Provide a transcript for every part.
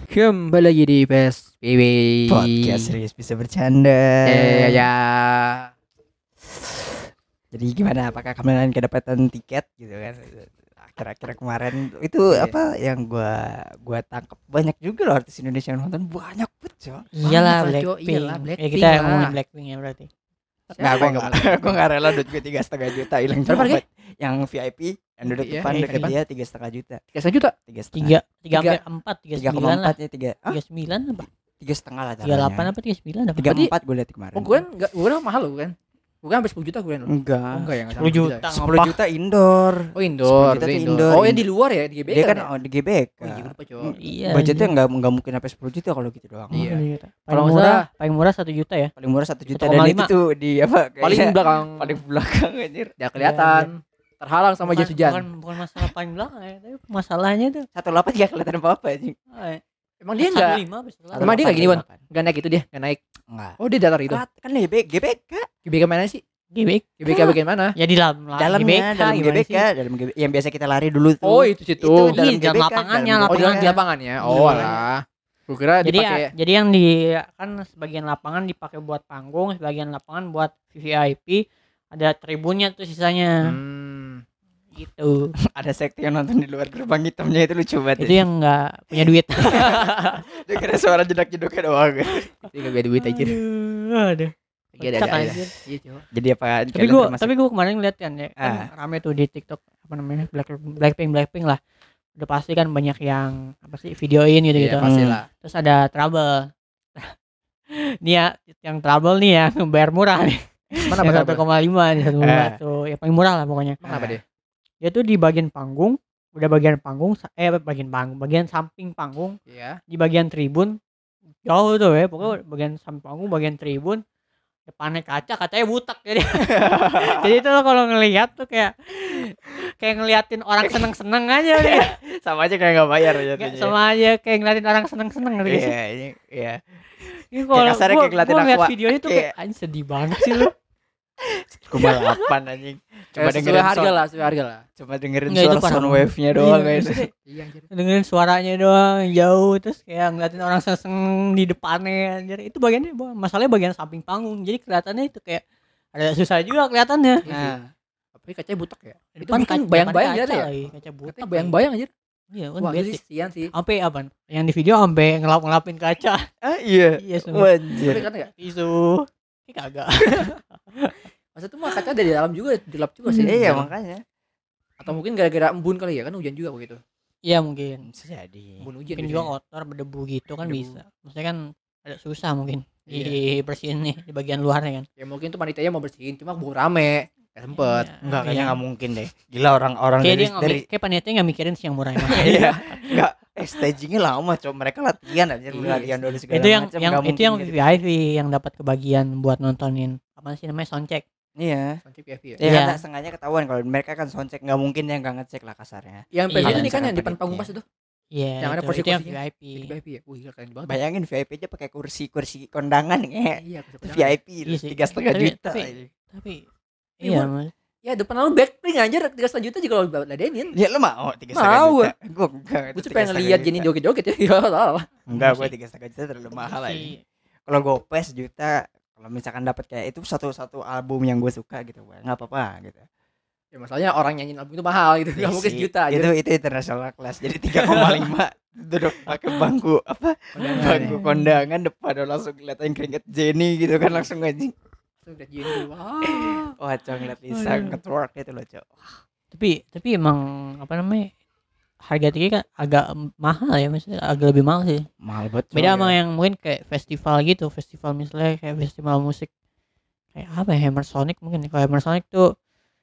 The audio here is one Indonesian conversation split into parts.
Kembali lagi di PSBB Podcast serius bisa bercanda. ya. Jadi gimana? Apakah kalian kedapatan tiket gitu kan? Akhir-akhir kemarin itu Iya. apa yang gua tangkap banyak juga loh artis Indonesia yang nonton banyak banget, Cok. Iyalah Banyak lah, Cok. Blackpink. Iyalah, Blackpink Kita lah. ngomongin Blackpink ya berarti. Nggak, Siapa gua yang gua nggak rela duit gue 3,5 juta hilang Berapa cepet. harga? Yang VIP yang duduk Iya, depan iya, dekat depan. dia 3,5 juta. 3 juta. 3,5. Tiga hampir empat, 39 lah. 3,4 ya 3. Ah, 39 apa? 3,5 lah 38 apa 39 apa? 3,4 gue lihat kemarin. Oh, gue kan mahal loh kan. Bukan sampai 10 juta gue kan. Enggak. Oh, enggak ya, enggak 10 juta. 10 juta indoor. Oh, indoor. 10 juta itu tuh indoor. indoor. Oh, yang di luar ya, di GBK. Dia kan ya? di GBK. Oh, iya, lupa, Cok. Iya. Budgetnya anjing. nggak mungkin sampai 10 juta kalau gitu doang. Iya. Paling Kalau murah, paling murah 1 juta ya. Paling murah 1 juta 1,5. dan itu tuh di apa? Paling kayaknya belakang. paling belakang anjir. Ya kelihatan. Terhalang sama jas hujan. Bukan masalah paling belakang ya, tapi masalahnya tuh 1,8 enggak kelihatan apa-apa anjing. Emang dia enggak 1,5 Emang dia nggak gini, Wan? 1,8. Enggak naik itu dia, enggak naik. Enggak. Oh, dia datar itu. Kan GBK. GBK mana sih? GBK. GBK bagian mana? Ya di dalam Dalamnya dalam gimana GBK, sih? dalam GBK yang biasa kita lari dulu tuh. Oh, itu situ. Itu dalam Iya, dalam GBK, lapangannya, dalam Oh, GBK. di lapangannya. Oh, Iya. alah. Gue kira Jadi dipakai. jadi yang di kan sebagian lapangan dipakai buat panggung, sebagian lapangan buat VIP, ada tribunnya tuh sisanya. Gitu. Ada sekte yang nonton di luar gerbang hitamnya itu lucu banget. Itu yang enggak punya duit. Dia kira suara jedak-jeduknya doang. Itu enggak beda duit aja. Aduh. Lagi ada Kocak aja. anjir. Iya, coba. Jadi apa? Tapi gua kemarin lihat kan ya, kan rame tuh di TikTok apa namanya? Blackpink lah. Udah pasti kan banyak yang apa sih videoin gitu-gitu. Iya, pastilah. Terus ada trouble. Nih ya, yang trouble nih yang bayar murah nih. Mana Yang apa? 1,5 nih 1,5 tuh. Yang paling murah lah pokoknya. Kenapa dia? Dia tuh di bagian panggung, bagian samping panggung, Iya. di bagian tribun jauh tuh ya, pokoknya bagian samping panggung, bagian tribun depannya katanya butek jadi. Jadi itu lo kalau ngelihat tuh kayak ngeliatin orang seneng-seneng aja deh. Sama aja kayak enggak bayar ya Sama aja kayak ngeliatin orang seneng-seneng gitu sih. Iya. Ini kalau kasarnya kayak ngeliatin gua ngeliat aqua. videonya tuh kayak anjing sedih banget sih lu. 1,8 anjing. Cuma Sesuai dengerin harga lah, sesuai harga lah. Cuma dengerin Nggak, itu suara parah sound banget. wave-nya doang Iya, guys. maksudnya Iya, anjir. dengerin suaranya doang jauh, terus kayak ngeliatin orang seneng di depannya anjir. Itu bagiannya masalahnya bagian samping panggung. Jadi kelihatannya itu kayak ada susah juga kelihatannya. Nah, Tapi kacanya butek ya. Itu Depan mungkin kaca- bayang-bayang depan aja ya. lagi, kaca butek. Katanya bayang-bayang aja. Iya kan Wah, bete. itu sih sian sih. Sampai apa? Yang di video sampai ngelap-ngelapin kaca. iya. Iya semua. Anjir. Tapi kan enggak. Isu. Ini kagak. Masa itu mah kaca dari dalam juga, dilap juga sih. Iya, Dalam. makanya. Atau mungkin gara-gara embun kali ya, kan hujan juga begitu. Iya mungkin. Bisa jadi. Embun hujan. Mungkin juga kotor berdebu gitu kan Berdebu. bisa. Maksudnya kan ada susah mungkin Iya. dibersihin nih di bagian luarnya kan. Ya mungkin tuh panitianya mau bersihin, cuma keburu rame. Gak sempet. Iya. Enggak, kayaknya Iya. enggak mungkin deh. Gila orang-orang Kayak dari dia nggak kayak panitia nggak mikirin sih yang murah emang. Iya. Enggak, stagingnya lama, coba mereka latihan aja, Iya, latihan dulu segala Itu yang macam, yang nggak itu yang mungkin gitu. VIP yang dapat kebagian buat nontonin apa sih namanya soundcheck. Iya. Soundcheck PFV ya. Ya Iya. kan sengaja ketahuan kalau mereka kan soundcheck, nggak mungkin yang nggak ngecek lah kasarnya. Yang Iya. PFV ini kan Misalkan yang depan panggung pas panitia. itu. Iya. Yang ada itu yang kursi-kursinya. VIP. PFV ya. Wih, gila keren banget. Bayangin VIP aja pakai kursi kondangan kayak Iya, aku suka VIP Iya sih. 3,5 Tapi- juta. Tapi Iya, iya Bun. Mas. Ya depan lalu Blackpink anjir 3,5 juta juga kalau ladenin. Ya lu mau 3,5 Mau. juta? Gue enggak. Gue cuma pengen ngeliat Jennie joget-joget ya. Ya lah. Enggak, gue Sih. 3,5 juta terlalu mahal aja. Si- Kalau GoPay sejuta, kalau misalkan dapat kayak itu satu album yang gue suka gitu, nggak apa-apa gitu. Ya masalahnya orang nyanyiin album itu mahal gitu. Enggak mungkin Sih, sejuta aja. Itu international class. Jadi 3,5 duduk pakai bangku apa? Bangku kondangan depan udah langsung ngeliatin keringet Jennie gitu kan, langsung aja. Langsung liat Jennie. Wah. Wah, cok ngeliat Lisa Aduh. nge-twerk itu loh, cok. Tapi emang apa namanya? Harga tiket kan agak mahal ya, maksudnya agak lebih mahal sih. Mahal banget. Beda Cok. sama yang mungkin kayak festival gitu, festival misalnya kayak festival musik kayak apa ya, Hammer Sonic mungkin. Kalau Hammer Sonic tuh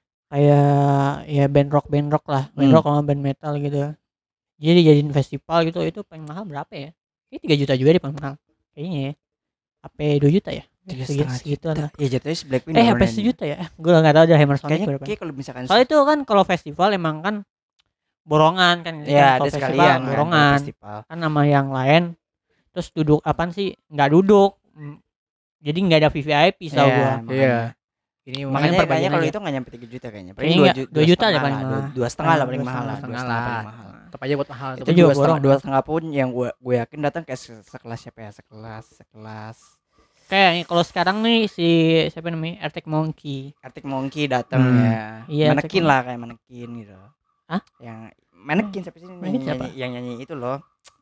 kayak ya band rock lah, band rock sama band metal gitu. Jadi jadiin festival gitu, itu paling mahal berapa ya? Kayak 3 juta juga deh paling mahal. Kayaknya ya. Apa 2 juta ya? 3,5 Segituan juta. lah. Ya jatuhnya Blackpink. Apa sejuta ya? Gue nggak tahu aja Hammer Sonic Kayaknya berapa. kayak kalau misalkan Soalnya itu kan kalau festival emang kan borongan kan. ya Kalau ada festival sekalian kan, borongan. festival. Kan sama yang lain terus duduk apaan sih nggak duduk. Jadi nggak ada VVIP setahu Iya, gua. makanya. Iya. Ini Makanya kayaknya perbandingan kalau aja. itu nggak nyampe 3 juta kayaknya. Kayaknya nggak, 2 juta aja paling mahal. 2,5 lah paling Dua mahal lah. setengah 2,5 lah. paling mahal. tetap aja buat mahal. Itu juga borong. 2,5 pun yang gue yakin datang kayak sekelas siapa ya, sekelas Kayak kalau sekarang nih si siapa namanya Arctic Monkey. Arctic Monkey datang ya. Iya, Manekin Arctic lah, kayak manekin gitu. Hah? Yang manekin siapa sih? Manekin siapa? Yang nyanyi itu loh.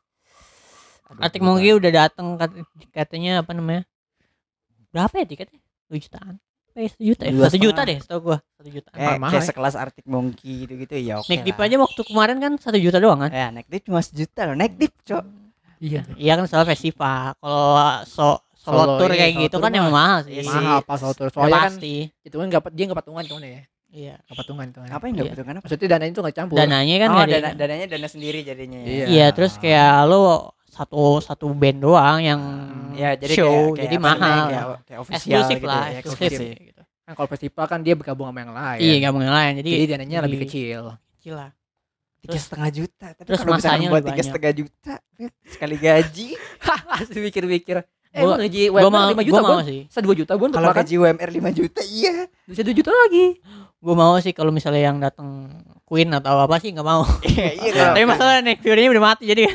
Aduh, Arctic lupa. Monkey udah datang katanya apa namanya? Berapa ya tiketnya? 2 jutaan. 1 juta ya? 1 juta deh setahu gua. 1 juta. Kayak sekelas Arctic Monkey gitu ya, oke. Naik Deep lah. aja waktu kemarin kan 1 juta doang kan? Ya, naik Deep cuma 1 juta loh. Naik Deep, Cok. Iya. Iya kan soal festival. Kalau solo tour iya, kayak solo gitu tour kan mah. emang mahal sih. Iya sih. Mahal pas auto. Ya Soalnya kan pasti. itu kan dia enggak patungan kan ya. Iya. Enggak patungan itu kan. Apa yang enggak Iya. betul kan? Maksudnya dananya itu enggak campur. Dananya kan Oh, nggak ada- dananya dana sendiri jadinya ya. Iya. Iya, terus kayak lo satu band doang yang Ya, jadi show, kayak jadi apa namanya, mahal. kayak official Eksklusif gitu lah, ya, eksklusif. eksklusif. Gitu. Kan kalau festival kan dia bergabung sama yang lain. Iya, gak yang lain. Jadi Dananya lebih kecil. kecil lah. 3,5 juta. Tapi terus kalau misalkan masanya buat lebih 3,5 juta sekali gaji, Asli mikir-mikir. Gua- Emang gaji Gua UMR mau 5 juta gua mau Bon? sih. 2 juta Bon untuk kalau makan. gaji UMR 5 juta, iya. Bisa 2 juta lagi. Gue mau sih kalau misalnya yang datang Queen atau apa sih nggak mau. Iya, iya. Tapi masalah nih viewernya udah mati jadi.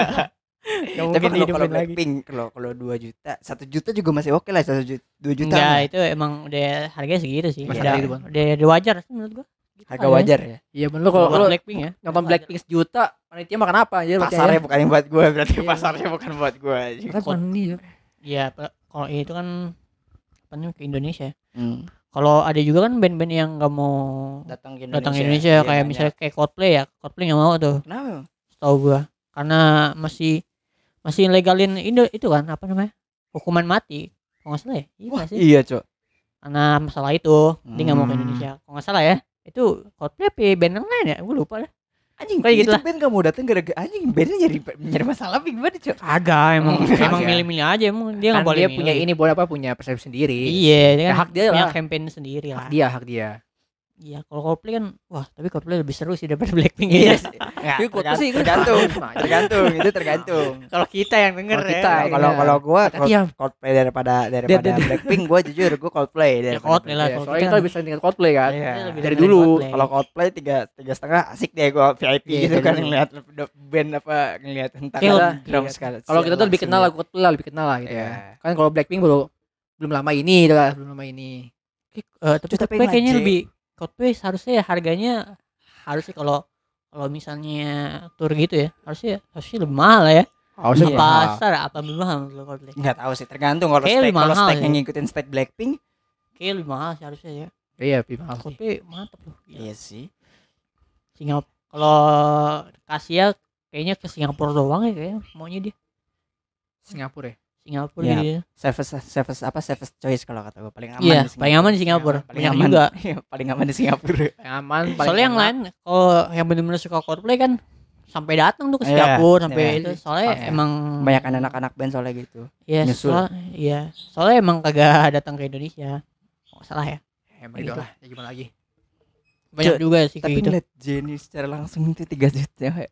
Gak Tapi mungkin kalau dihidupin lagi. Blackpink kalau 2 juta, 1 juta juga masih oke lah, 1 juta, 2 juta. Enggak, mah. itu emang udah harganya segitu sih. Masih Udah, harga gitu, Bang. udah wajar sih menurut gua. Gitu Harga harganya. wajar ya. Iya bener kalau Buat kalau Blackpink ya. nonton Blackpink sejuta, panitia makan apa aja Pasarnya bukan yang buat gue, berarti Iya. pasarnya bukan buat gue. Kan ini ya. Iya, kalau itu kan apa namanya ke Indonesia. Hmm. Kalau ada juga kan band-band yang nggak mau Datang ke datang ke Indonesia. Indonesia Iya, kayak banyak. misalnya kayak Coldplay ya. Coldplay nggak mau tuh, Kenapa? tahu gua. Karena masih legalin itu kan apa namanya? Hukuman mati. Kalau nggak salah ya. Iya nggak sih? Iya, Cok. Karena masalah itu dia nggak mau ke Hmm. Indonesia. Kalau nggak salah ya. Itu Coldplay apa band yang lain ya? Gue lupa lah. Anjing, Kayak gitu itu lah. band gak mau datang gara-gara anjing bandnya nyari masalah gimana, Cok? Agak emang emang Agak. milih-milih aja emang dia Kan nggak boleh dia milih. punya ini boleh apa punya persepsi sendiri. Iya, dia Ya, kan hak dia punya lah. campaign sendiri lah. Hak dia. Iya, kalau Coldplay kan wah, tapi Coldplay lebih seru sih daripada Blackpink. Iya Iya. sih. Tapi gua tuh sih Tergantung, itu tergantung. Kalau kita yang denger Kalau ya. kita, Kalau gua Tapi ya Coldplay daripada Blackpink, gua jujur gua Coldplay Ya, daripada Coldplay lah. ya, kalau soalnya kita- kita bisa tinggal Coldplay kan. Iya. Lebih Dari dengerin dulu. Coldplay. Kalau Coldplay 3,5 asik deh gua VIP Iya, gitu dari kan dulu. ngeliat band apa ngeliat tentang Kayak drum iya. sekali. Kalau kita tuh lebih kenal lah Coldplay lah, lebih kenal lah gitu Iya. ya. Kan kalau Blackpink belum lama ini gitu kan, belum lama ini. Tapi Juta Coldplay kayaknya pengen lebih Coldplay harusnya ya harganya harusnya kalau misalnya tour gitu ya harusnya lebih mahal lah ya. Harusnya Iya. mahal. Pasar apa lebih mahal menurut lo Coldplay? Nggak tahu sih, tergantung kalau Kayaknya stack lebih kalau mahal stack sih. yang ngikutin stack Blackpink. Kayak lebih mahal sih harusnya ya. Iya, lebih mahal sih. Coldplay mantap loh. Iya sih. Singapura. Kalau Asia kayaknya ke Singapura doang ya kayaknya maunya dia. Singapura ya. Singapura Iya. dia. Safest choice kalau kata gue, paling aman Iya, di paling aman di Singapura. Paling Banyak aman juga. Iya, paling aman di Singapura. Yang aman, paling Soalnya yang enak. lain kalau yang benar-benar suka Coldplay kan sampai datang tuh ke Iya, Singapura sampai iya. itu soalnya Iya. emang Banyak anak-anak band soalnya gitu. iya nyusul. soalnya emang kagak datang ke Indonesia. Nggak salah ya. Emang Gitu. gitu lah, ya gimana lagi. Banyak Cuk, juga sih kayak Tapi gitu. ngeliat Jenny secara langsung itu 3 juta.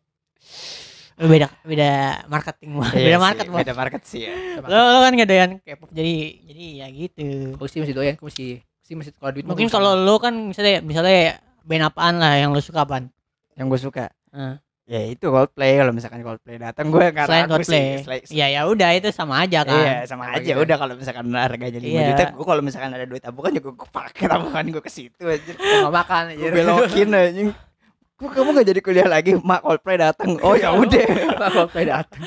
Beda marketing Iya beda sih, market Bos. beda market sih ya. Lo kan ngedoyan K-pop jadi ya gitu. Aku sih masih doyan, aku masih kalau duit mah Mungkin gua kalau bisa. lo kan misalnya band apaan lah yang lo suka apaan? Yang gue suka Nah, ya itu Coldplay. Kalau misalkan Coldplay datang gue nggak selain ragu Coldplay. sih. Ya ya udah itu sama aja kan. Iya sama Sama aja gitu. udah. Kalau misalkan harganya 5 Iya. juta, gue kalau misalkan ada duit tabungan juga gue pakai tabungan gue ke situ aja. Nggak makan aja. Gue belokin anjing. Kok kamu gak jadi kuliah lagi? Mak, Coldplay datang. Oh ya udah. Coldplay datang.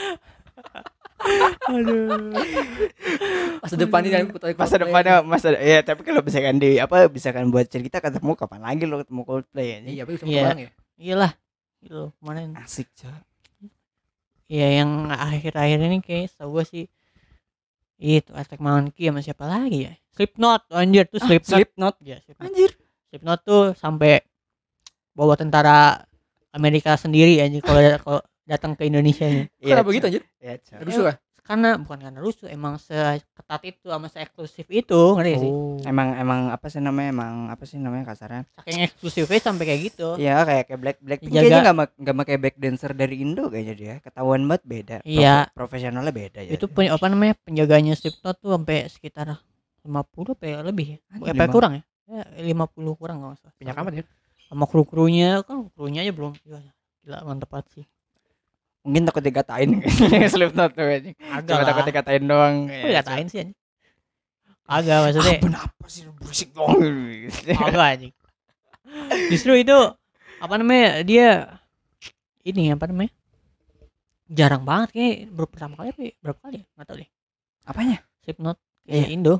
Aduh. Masa depan ini Masa depannya ya, tapi kalau misalkan misalkan buat cerita ketemu kapan lagi lo ketemu Coldplay anjing. Iya, tapi bisa Iya. pulang ya. Iyalah. Gitu kemarin. Asik, Cok. Iya yang akhir-akhir ini kayak setahu gue sih itu Arctic Monkey sama siapa lagi ya? Slipknot anjir tuh Slipknot. Slipknot. Ya, Slipknot. Anjir. Slipknot tuh sampai bawa tentara Amerika sendiri anjir kalau datang ke Indonesia nih. Kenapa gitu anjir? Iya, Cok. Rusuh ah? Bukan karena rusuh, emang seketat itu sama se-eksklusif itu, ngerti gak sih? Emang apa sih namanya kasarnya? Saking eksklusifnya sampai kayak gitu. Iya kayak Blackpink Jaga- kayaknya nggak pakai back dancer dari Indo kayaknya dia. Ketahuan banget beda. Iya. Profesionalnya beda ya. Itu apa namanya penjaganya Slipknot tuh sampai sekitar 50 apa ya lebih ya? Anjir, Apa 50. kurang ya? Ya 50 kurang enggak usah. Banyak amat ya. Sama kru-krunya kan krunya aja belum gila Gila, mantep banget sih. Mungkin takut dikatain Slipknot tuh anjing. Agak Cuma lah. takut dikatain doang. Kok dikatain sih anjing? Agak maksudnya. Kenapa sih lu berisik doang? Agak anjing. Justru itu apa namanya? Dia ini apa namanya? Jarang banget kayak baru pertama kali apa ya? Berapa kali ya? Enggak tahu deh. Apanya? Slipknot Iya. Indo.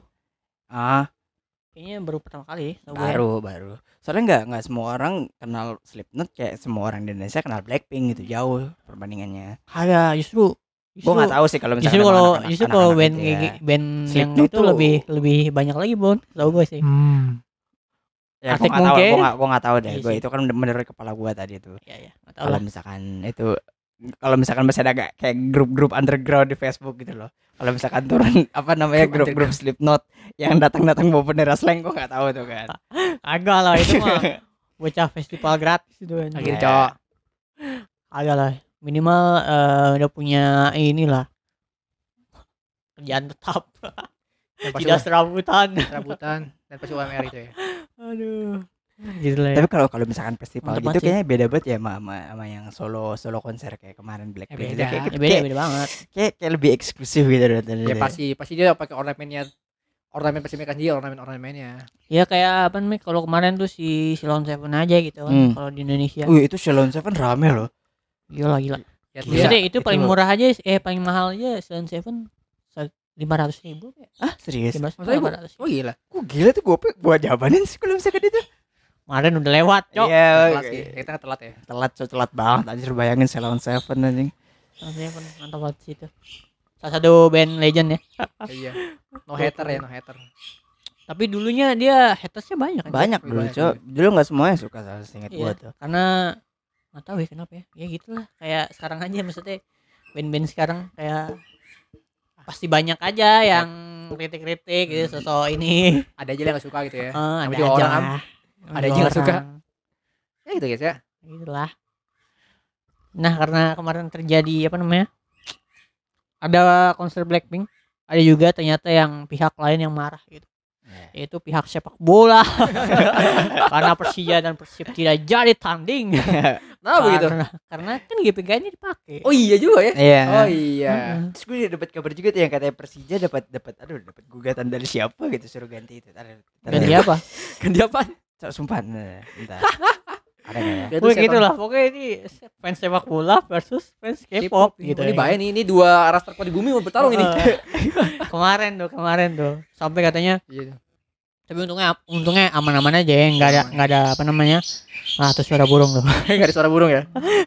Kayaknya Baru pertama kali tahu gue. baru. Soalnya nggak semua orang kenal Slipknot kayak semua orang di Indonesia kenal Blackpink gitu, jauh perbandingannya. Agak justru Gue nggak tahu sih kalau misalnya justru sama kalau anak-anak- justru kalau anak-anak band gitu ya. band yang Slipknot itu tuh- lebih banyak lagi Bon, tahu gue sih. Ya, Arctic gue nggak tahu, Monkey. gue nggak tahu deh. Iya Gue sih. itu kan menurut kepala gue tadi tuh. Iya, enggak tahu Kalau lah. misalkan itu, kalau misalkan masih ada kayak grup-grup underground di Facebook gitu loh. Kalau misalkan turun apa namanya grup-grup Slipknot yang datang-datang bawa bendera slang, gue nggak tahu tuh kan. Agak lah itu mah bocah festival gratis itu kan. Akhirnya Iya. cowok. Agak lah minimal udah punya inilah kerjaan tetap. Yang pasti Tidak serabutan. serabutan dan pasti UMR itu ya. Aduh. Gitu lah ya. Tapi kalau misalkan festival Mantep gitu banget sih. kayaknya beda banget ya sama yang solo konser kayak kemarin Blackpink. beda. Gitu. Kayak, Ya, beda banget. kayak lebih eksklusif gitu daripada Ya pasti dia pakai ornamen pasti mereka dia ornamennya. Ya kayak apa namanya kalau kemarin tuh si Silon Seven aja gitu kan kalau di Indonesia. Itu Shalom Seven rame loh. Gila. Ya, Gila. Maksudnya itu paling itu- murah aja paling mahal aja Silon Seven 500.000 ya. Serius? 500.000. Oh gila. Kok gila tuh gue jabanin sih kalau misalkan itu. Kemarin udah lewat, Cok. Iya, Telat sih. Kita telat ya. telat banget anjir, bayangin Shalom Seven anjing. Silon Seven mantap banget sih itu. Salah satu band legend ya. Iya. No hater ya, no hater. Tapi dulunya dia hatersnya banyak kan. Banyak dulu, banyak Cok. Dulu enggak semuanya suka sama seingat Iya. gua tuh. Karena nggak tahu ya kenapa ya. Ya gitulah. Kayak sekarang aja maksudnya band-band sekarang kayak pasti banyak aja yang kritik-kritik gitu sosok ini. Ada aja yang enggak suka gitu ya. Ada Namanya juga aja orang, lah. ada aja nggak suka. Ya gitu guys ya. Gitulah. Nah karena kemarin terjadi apa namanya? Ada konser Blackpink. Ada juga ternyata yang pihak lain yang marah gitu. Yaitu pihak sepak bola. Karena Persija dan Persib tidak jadi tanding. Nah begitu. Karena kan GPK ini dipakai. Oh iya juga ya. Iya. Oh iya. Terus gue dapat kabar juga tuh yang katanya Persija dapat dapat gugatan dari siapa gitu suruh ganti itu. Ganti apa? Ganti apa? Sumpah, bentar. Ada nggak ya? Pokoknya gitu lah. Pokoknya ini fans sepak bola versus fans K-pop gitu. Ini bahaya nih, ini dua ras terkuat di bumi mau bertarung ini. Kemarin tuh sampai katanya Iya. tapi untungnya aman-aman aja ya, nggak ada apa namanya tuh suara burung tuh. Enggak ada suara burung ya.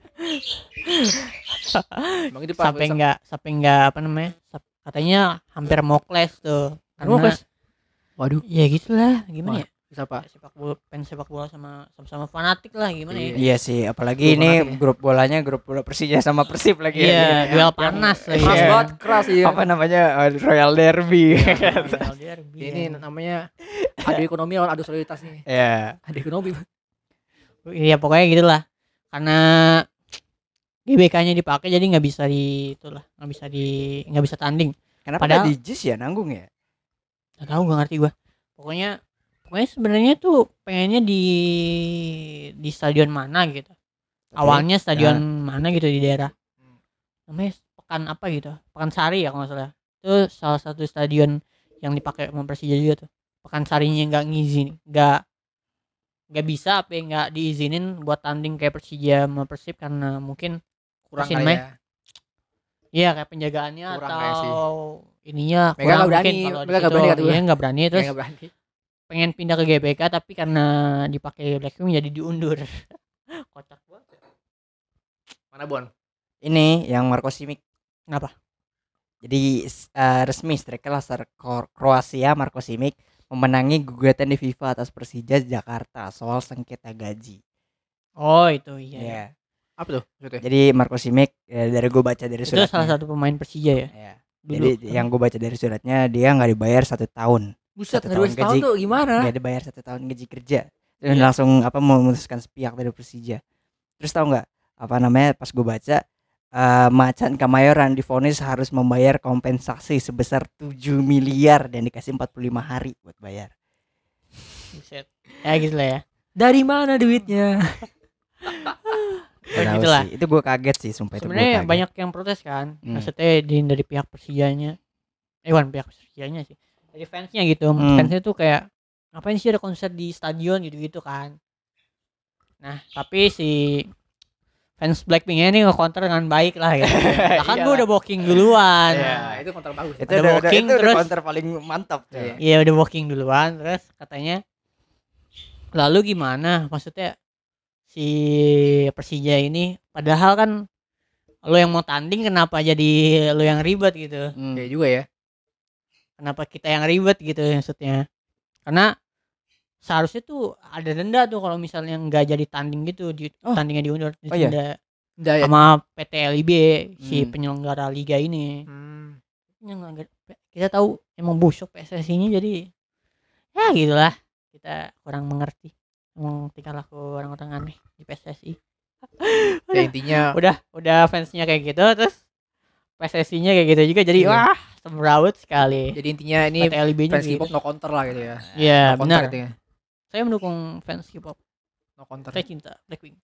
Emang itu sampai nggak apa namanya katanya hampir mau clash tuh Mau karena clash? Waduh, ya gitulah gimana ya siapa? fans sepak bola sama fanatik lah gimana ya. Iya sih, apalagi Grup ini fanatik ya. grup bolanya grup bola Persija sama Persib lagi. Iya, ya. duel panas lagi. Keras Iya. banget, keras iya. Apa namanya? Royal Derby. Ini namanya adu ekonomi lawan adu soliditas nih. Ya. Adu ekonomi. Iya pokoknya gitulah karena GBK-nya dipakai jadi nggak bisa tanding. Kenapa Padahal- nggak di JIS ya nanggung ya? Nggak tahu, nggak ngerti gua. Pokoknya sebenarnya tuh pengennya di stadion mana gitu. Awalnya stadion mana gitu di daerah. Namanya Pekan apa gitu. Pekansari ya kalau nggak salah. Itu salah satu stadion yang dipakai sama Persija juga tuh. Pekansarinya nggak ngizin, nggak bisa apa ya, nggak diizinin buat tanding kayak Persija sama Persib karena mungkin Kurang Mesin kali Mei. ya. iya kayak penjagaannya Kurang kayak sih. atau ininya Mereka kurang nggak berani, mungkin kalau di mereka nggak situ. berani kata gua. Iya nggak berani terus Nggak berani. pengen pindah ke GBK tapi karena dipakai Blackpink jadi diundur. Kocak banget. Mana Bon? Ini yang Marko Simic. Kenapa? Jadi resmi striker asal Kroasia Marko Simic memenangi gugatan di FIFA atas Persija Jakarta soal sengketa gaji. Oh itu iya. Iya. Apa tuh maksudnya? Jadi Marko Simic dari gue baca dari Itu suratnya. salah satu pemain Persija ya. Iya. Dulu. Jadi yang gue baca dari suratnya dia nggak dibayar 1 tahun. Buset, 1 nggak tahun dua tahun gaji. tuh gimana? Nggak dibayar 1 tahun gaji kerja. Dan Iya. langsung memutuskan sepihak dari Persija. Terus tahu nggak apa namanya pas gue baca Macan Kamayoran divonis harus membayar kompensasi sebesar 7 miliar dan dikasih 45 hari buat bayar. Buset. Ya gitu lah ya. Dari mana duitnya? Nggak tahu Gitulah. sih. Itu gue kaget sih, sumpah itu gue Sebenarnya kaget. banyak yang protes kan. Hmm. Maksudnya dari pihak Persijanya. Bukan pihak Persijanya sih. Dari fansnya gitu. Fansnya tuh kayak ngapain sih ada konser di stadion gitu-gitu kan. Nah, tapi si fans Blackpink-nya ini nge-counter dengan baik lah gitu. Lah kan gue Iyalah. udah booking duluan. Iya, itu kontra bagus. Itu Ada udah walking, itu udah terus- counter paling mantap tuh. Iya. Iya udah booking duluan. Terus katanya lalu gimana? Maksudnya si Persija ini padahal kan lo yang mau tanding kenapa jadi lo yang ribet gitu. Iya juga ya. Kenapa kita yang ribet gitu maksudnya. Karena seharusnya tuh ada denda tuh kalau misalnya nggak jadi tanding gitu tandingnya diundur Oh iya? denda Udah ya. sama PT LIB si Hmm. penyelenggara liga ini. Hmm. Kita tahu emang busuk PSSI-nya jadi ya gitulah, kita kurang mengerti emang tingkah laku orang-orang aneh di PSSI. Ya intinya Udah fansnya kayak gitu, terus PSSI-nya kayak gitu juga, jadi Iya. wah semrawut sekali. jadi intinya ini PT LIB-nya fans gitu. K-pop no counter lah gitu ya. Iya No counter benar. intinya. Saya mendukung fans K-pop. No counter. Saya cinta Blackpink.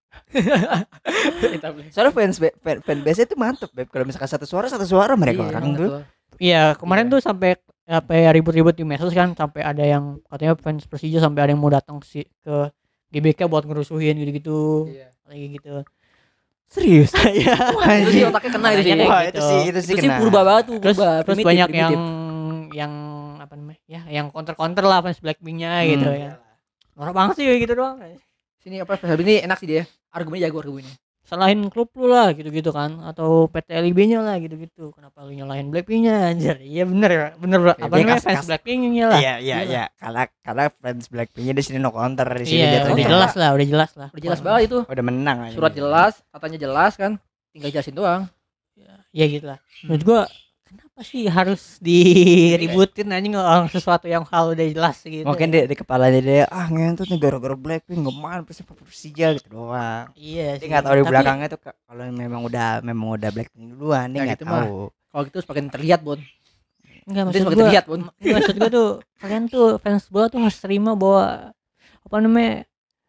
Soalnya fanbase itu mantep, Beb. Kalau misalkan satu suara mereka Iya, orang banget tuh. tuh. Iya, kemarin Iya. tuh sampai apa ya, ribut-ribut di medsos kan, sampai ada yang katanya fans Persija sampai ada yang mau datang ke GBK buat ngerusuhin gitu-gitu. Iya. Lagi gitu. Serius. Iya. Wah, Itu sih anjing. otaknya kena itu sih. Kayak Wah, gitu. itu sih Itu sih kena. purba banget tuh, Terus purba. terus Primitif, banyak primitif. yang apa namanya? Ya, yang counter-counter lah fans Blackpink-nya Hmm. gitu ya. Norak banget sih gitu doang. Sini apa Febri ini enak sih dia. Argumennya jago argumennya. Salahin klub lu lah gitu-gitu kan, atau PT LIB-nya lah gitu-gitu. Kenapa lu nyalahin Blackpink-nya anjir? Iya bener ya. Bener Ya, apa dia namanya, kas- fans kas- Blackpink-nya lah. Iya, iya, iya. Karena fans Blackpink-nya di sini no counter, di sini Iya, dia udah terjebak. jelas lah, udah jelas lah. Udah jelas banget itu. Udah menang aja. Surat jelas, katanya jelas kan. Tinggal jelasin doang. Ya gitu lah. Menurut gua kenapa sih harus diributin anjing orang sesuatu yang hal udah jelas gitu. Mungkin di kepalanya dia ngentut nih gara-gara Blackpink nggak Persija gitu doang. Iya Dia sih. nggak tahu di Tapi belakangnya tuh kalau memang udah Blackpink duluan dia Ya nggak gitu mah. tahu. Kalau gitu semakin terlihat, Bon. enggak, Nanti maksud semakin gua, terlihat, Bon. maksud gua tuh kalian tuh fans bola tuh harus terima bahwa apa namanya,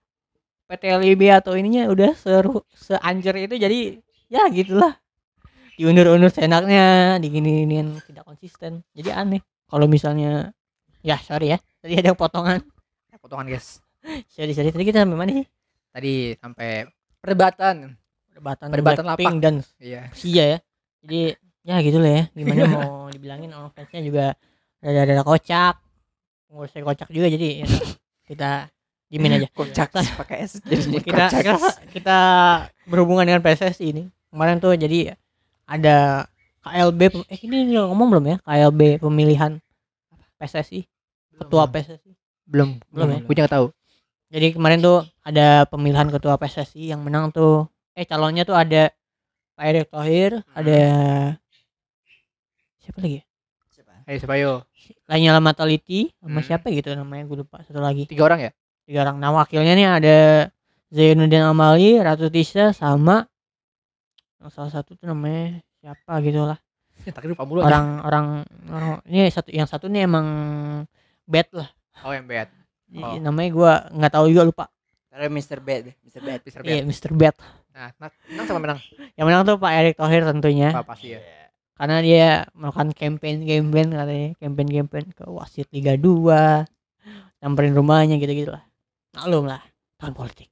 PT LIB atau ininya udah seanjir itu, jadi ya gitulah. Diundur-undur seenaknya, digini-giniin, tidak konsisten. Jadi aneh. Kalau misalnya ya sorry ya, tadi ada potongan. Ya, potongan, guys. Sorry tadi kita sampai mana sih? Tadi sampai perdebatan. Perdebatan lapak. Blackpink dan Iya. Persija ya. Jadi ya gitu lah ya. Gimana mau dibilangin, orang fansnya juga rada-rada kocak. Pengurusnya kocak juga, jadi ya, kita dimin aja. Kocak pakai S jadi Kita berhubungan dengan PSSI ini. Kemarin tuh jadi ada KLB ini ngomong belum ya? KLB pemilihan PSSI, ketua PSSI. Belum ya? Gue nggak tahu. Jadi kemarin tuh ada pemilihan ketua PSSI, yang menang tuh calonnya tuh ada Pak Erick Thohir, ada siapa lagi ya? Siapa yo? Lanyala Mataliti sama Hmm. siapa gitu namanya, gue lupa, satu lagi. 3 orang ya? 3 orang. Nah, wakilnya nih ada Zainuddin Amali, Ratu Tisha, sama yang salah satu tuh namanya siapa gitu lah. Tak lupa mulu. aja. Orang ini yang satu nih emang bad lah. Oh, yang bad. Oh. Namanya gua nggak tahu juga, lupa. Karena Mr. Bad. Iya, Mr. Bad. Nah, menang sama menang. Yang menang tuh Pak Erick Thohir tentunya. Apa pasti ya. Karena dia melakukan campaign katanya, campaign ke wasit Liga 2, nyamperin rumahnya gitu-gitu lah. Maklum lah, tahun politik.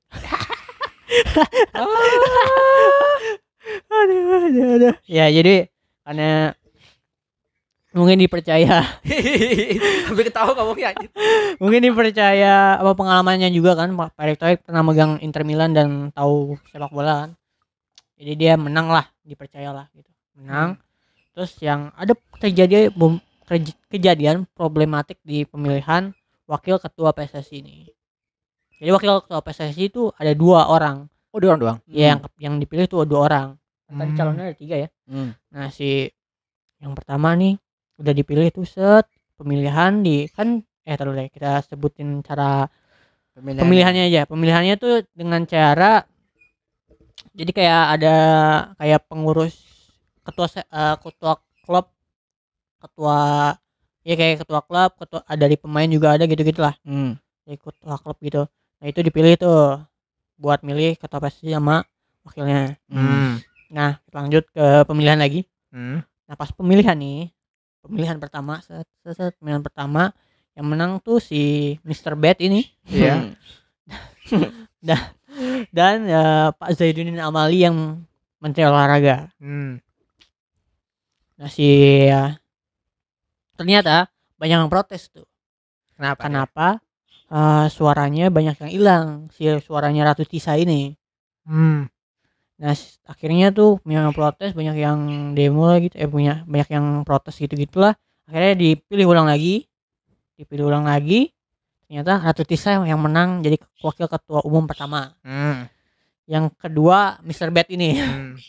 Aduh. Ya jadi karena mungkin dipercaya Sampai ketawa ngomongnya anjir. mungkin dipercaya apa pengalamannya juga kan, Pak Erick Thohir pernah megang Inter Milan dan tahu sepak bola kan, jadi dia menang lah, dipercaya lah gitu, menang. Terus yang ada kejadian problematik di pemilihan wakil ketua PSSI ini. Jadi wakil ketua PSSI itu ada 2 orang. Oh, 2 orang doang. Ya, yang dipilih tuh 2 orang. Tadi calonnya ada 3 ya. Nah, si yang pertama nih udah dipilih tuh pemilihan di kan taruh deh kita sebutin cara pemilihannya aja. Pemilihannya tuh dengan cara jadi kayak ada kayak pengurus ketua klub, kayak ketua klub, dari pemain juga ada gitu-gitulah. Ikut ketua klub gitu. Nah, itu dipilih tuh buat milih ketua PSSI sama wakilnya. Hmm. Nah, lanjut ke pemilihan lagi. Hmm. Nah, pas pemilihan pertama, pemilihan pertama yang menang tuh si Mr. Bad ini. Iya. Dan Pak Zainuddin Amali yang Menteri Olahraga. Hmm. Nah, ternyata banyak yang protes tuh. Kenapa? Kenapa suaranya banyak yang hilang, suaranya Ratu Tisa ini. Nah, akhirnya tuh banyak yang protes, banyak yang demo lah gitu, banyak yang protes gitu-gitulah. Akhirnya dipilih ulang lagi. Ternyata Ratu Tisa yang menang jadi wakil ketua umum pertama. Yang kedua Mr. Bad ini.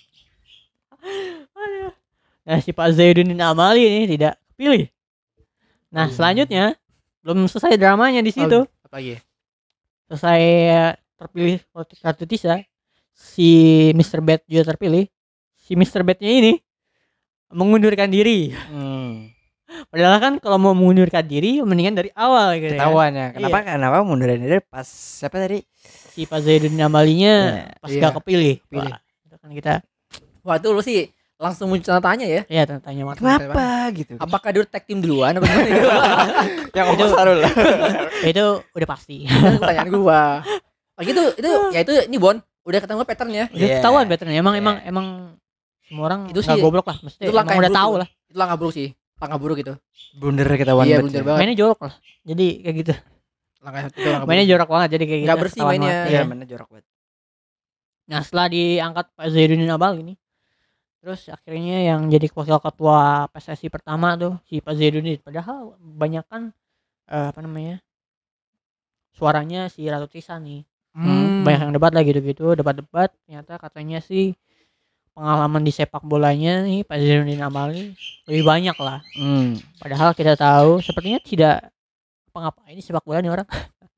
Nah, si Pak Zainuddin Amali ini tidak kepilih. Nah, selanjutnya belum selesai dramanya di situ. Apa lagi? Selesai terpilih Ratu Tisa, si Mr. Bad juga terpilih. Si Mr. Badnya ini mengundurkan diri. Padahal kan kalau mau mengundurkan diri mendingan dari awal gitu. Ketahuan ya. Kenapa mundurin diri pas siapa tadi? Si Pak Zainuddin Amalinya pas gak kepilih. Pilih. Itu kan kita. Wah, itu lu sih langsung muncul tanda tanya ya. Iya, tanya mati. Kenapa gitu? Apakah dia tag team duluan apa gimana gitu? Yang ngomong Sarul lah. Itu udah pasti. Itu pertanyaan gua. Oh gitu, ya itu ini Bon, udah ketemu patternnya. Udah ketahuan patternnya. Emang semua orang Itu nggak sih, goblok lah, mesti itu langkah emang udah yang tahu buruk lah. Itu langkah buruk sih. Langkah buruk itu. Blunder ketahuan Iya, banget blunder ya. banget. Mainnya jorok lah. Jadi kayak gitu. Langkah itu langkah Mainnya buruk. jorok banget jadi kayak gitu. Nggak bersih ketahuan mainnya. banget. Iya, Iya. mana jorok banget. Nah, setelah diangkat Pak Zainuddin Amali ini, terus akhirnya yang jadi wakil ketua PSSI pertama tuh si Pak Zainuddin. Padahal banyak kan suaranya si Ratu Tisa nih. Banyak yang debat lah gitu-gitu, debat-debat. Ternyata katanya sih pengalaman di sepak bolanya nih Pak Zainuddin Amali lebih banyak lah. Padahal kita tahu sepertinya tidak apa-ngapain di sepak bola nih orang.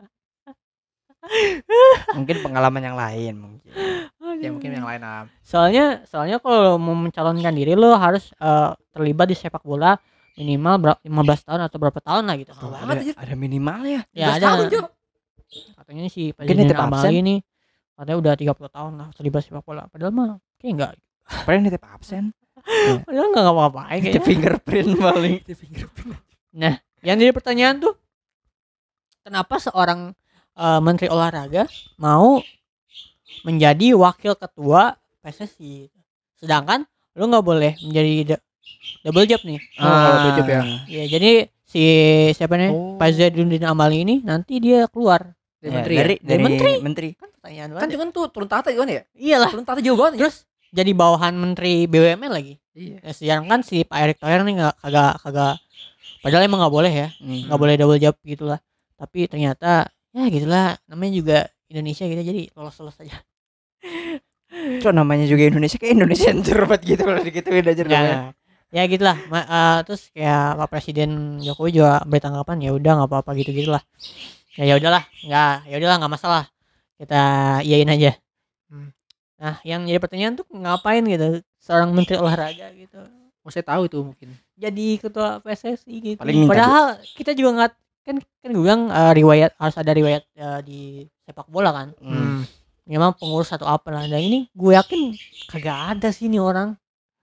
Mungkin pengalaman yang lain mungkin. Ya mungkin yang lain. Soalnya kalau mau mencalonkan diri lo harus terlibat di sepak bola minimal 15 tahun atau berapa tahun lah gitu. Ada minimalnya. Ya ada. Tahun, Jo. Katanya si Pak Mungkin Zainuddin nitip Amali absen. ini katanya udah 30 tahun lah terlibat sepak bola. Padahal mah kayak enggak. Paling nitip absen. Padahal enggak ngapa-ngapain Nitip kayaknya. fingerprint paling. Nah, yang jadi pertanyaan tuh kenapa seorang menteri olahraga mau menjadi wakil ketua PSSI, sedangkan lu nggak boleh menjadi double job nih. Double job ya. Ya, jadi si siapa nih Pak Zainuddin Amali ini nanti dia keluar Menteri. Dari menteri. menteri. kan pertanyaan Kan banget. cuman tuh turun tahta gimana ya? Iyalah. Turun tahta jauh banget. Terus jadi bawahan menteri BUMN lagi. Iya. Ya, sekarang kan si Pak Erick Thohir nih kagak padahal emang nggak boleh ya. Nggak boleh double job gitulah. Tapi ternyata ya gitulah, namanya juga Indonesia gitu, jadi lolos aja. Cok, namanya juga Indonesia, kayak Indonesia cerbat gitu kalau digituin aja namanya. Ya gitulah. Terus kayak Pak Presiden Jokowi juga beri tanggapan, ya udah nggak apa-apa gitu gitulah. Ya udahlah, nggak masalah, kita iyain aja. Nah, yang jadi pertanyaan tuh ngapain gitu seorang menteri olahraga gitu Oh, saya tahu itu mungkin. jadi ketua PSSI gitu. Paling minta Padahal kita juga nggak kan gue bilang riwayat harus ada riwayat di sepak bola kan. Memang pengurus atau apa lah. Dan ini gue yakin kagak ada sih ini orang.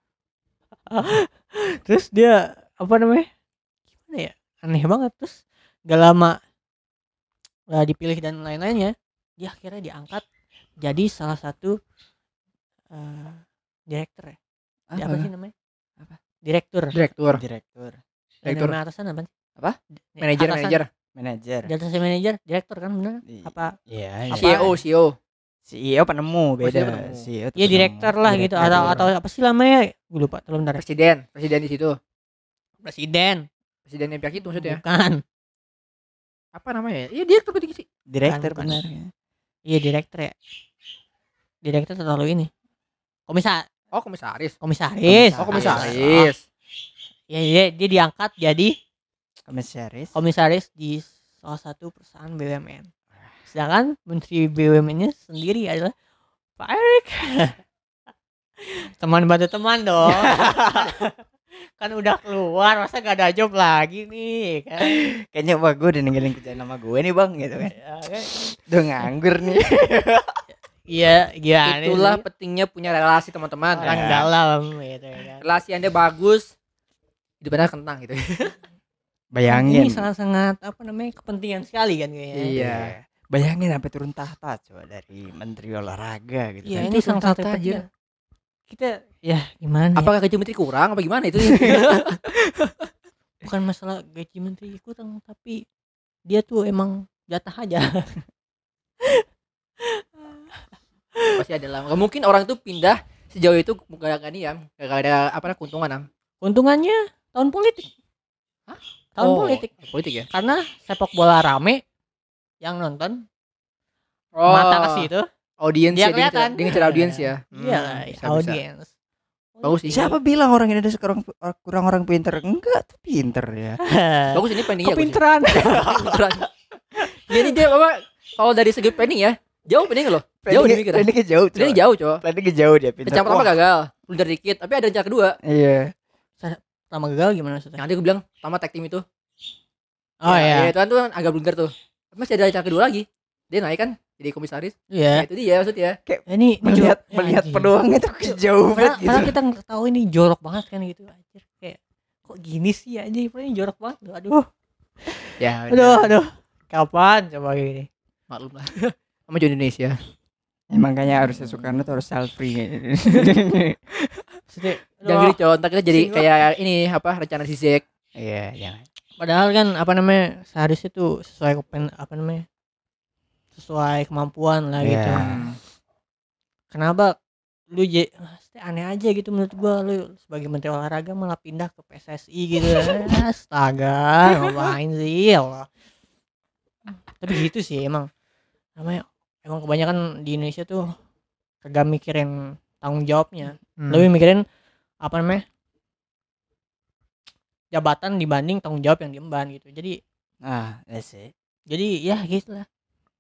Terus dia gimana ya, aneh banget. Terus gak lama dipilih dan lain-lainnya, dia akhirnya diangkat jadi salah satu direktur ya. Apa sih namanya? Direktur. Nama Atasan apa? Apa? Manajer. Di atasnya manajer, direktur kan bener? Apa? Iya. CEO. Penemu beda. penemu. CEO Iya direktur lah gitu, atau apa sih namanya? Gue lupa, tolong bentar. Presiden di situ. Presiden. Presiden yang pihak itu maksudnya. Bukan. Apa namanya? Iya, direktur gitu sih. Direktur Bukan. benar. Iya direktur ya. Direktur terlalu ini. Komisaris. Komisaris. Komisaris. Ya, dia diangkat jadi Komisaris. di salah satu perusahaan BUMN. Sedangkan menteri BUMN-nya sendiri adalah Pak Erick. Teman bantu teman dong. Kan udah keluar, masa gak ada job lagi nih kan. Kayaknya gue udah ninggalin kerjaan sama gue nih bang gitu kan. Ya, kan? Udah nganggur nih. Iya, gimana Itulah sih? pentingnya punya relasi teman-teman. Orang Ya. dalam gitu ya kan. Relasi Anda bagus, hidup Anda kentang gitu. Bayangin. Ini sangat-sangat apa namanya kepentingan sekali kan kayaknya. Iya. Bayangin sampai turun tahta coba dari menteri olahraga gitu Iya, kan. ini Itu sangat tahta, penting. Kita ya gimana ya? Apakah gaji menteri kurang apa gimana itu? Bukan masalah gaji menteri kurang, tapi dia tuh emang jatah aja. Pasti ada lah. Gak mungkin orang itu pindah sejauh itu gak nih ya. Gak ada apa keuntungan am. Keuntungannya tahun politik. Hah? Tahun Oh, politik. Politik ya. Karena sepak bola rame yang nonton Oh, mata ke situ. audiens Dia ya, kelihatan. dia ngejar audiens ya. Iya, Bisa. audiens. Bagus sih. Siapa bilang orang Indonesia kurang orang pinter? Enggak, tuh pinter ya. Bagus ini planning ya. Kepinteran. Pinteran. Jadi dia apa kalau dari segi planning ya, jauh planning loh. Jauh dimikir. Planningnya jauh. Planning jauh, coy. Planningnya jauh dia pinter. Rencana pertama Wah, gagal, blunder dikit, tapi ada rencana kedua. iya. Pertama gagal gimana maksudnya? Yang tadi gue bilang pertama tag team itu. Oh ya, iya. itu kan tuh agak blunder tuh. Tapi masih ada rencana kedua lagi. Dia naik kan jadi komisaris. Iya. Nah, itu dia maksudnya. Ini Melihat jorok- melihat anjing. peluangnya tuh jauh banget Padahal, gitu. padahal kita nggak tahu ini jorok banget kan gitu anjir. Kayak kok gini sih aja, padahal ini jorok banget loh. Aduh. Ya, Aduh. Kapan coba gini? maklum lah. Sama juga Indonesia. Ya, makanya harusnya Soekarno tuh harus self free. Maksudnya, Jangan aduh. gitu, coy. Ntar kita jadi Singgung. kayak ini apa rencana si Zek. Iya, jangan. Padahal kan apa namanya seharusnya tuh sesuai apa namanya sesuai kemampuan lah Iya. gitu. Kenapa lu maksudnya aneh aja gitu menurut gua, lu sebagai menteri olahraga malah pindah ke PSSI gitu. Astaga, ngapain sih ya Allah. Tapi gitu sih emang namanya emang kebanyakan di Indonesia tuh kagak mikirin tanggung jawabnya, lebih mikirin apa namanya jabatan dibanding tanggung jawab yang diemban gitu. Jadi Ya sih. ya gitu lah,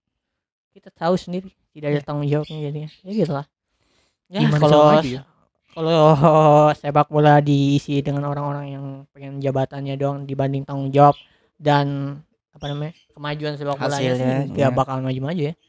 kita tahu sendiri tidak ada tanggung jawabnya jadinya ya gitu lah ya. Gimana Kalau sama aja ya? kalau sepak bola diisi dengan orang-orang yang pengen jabatannya doang dibanding tanggung jawab dan apa namanya kemajuan sepak bola sih Hasilnya, gak ya. bakal maju-maju ya.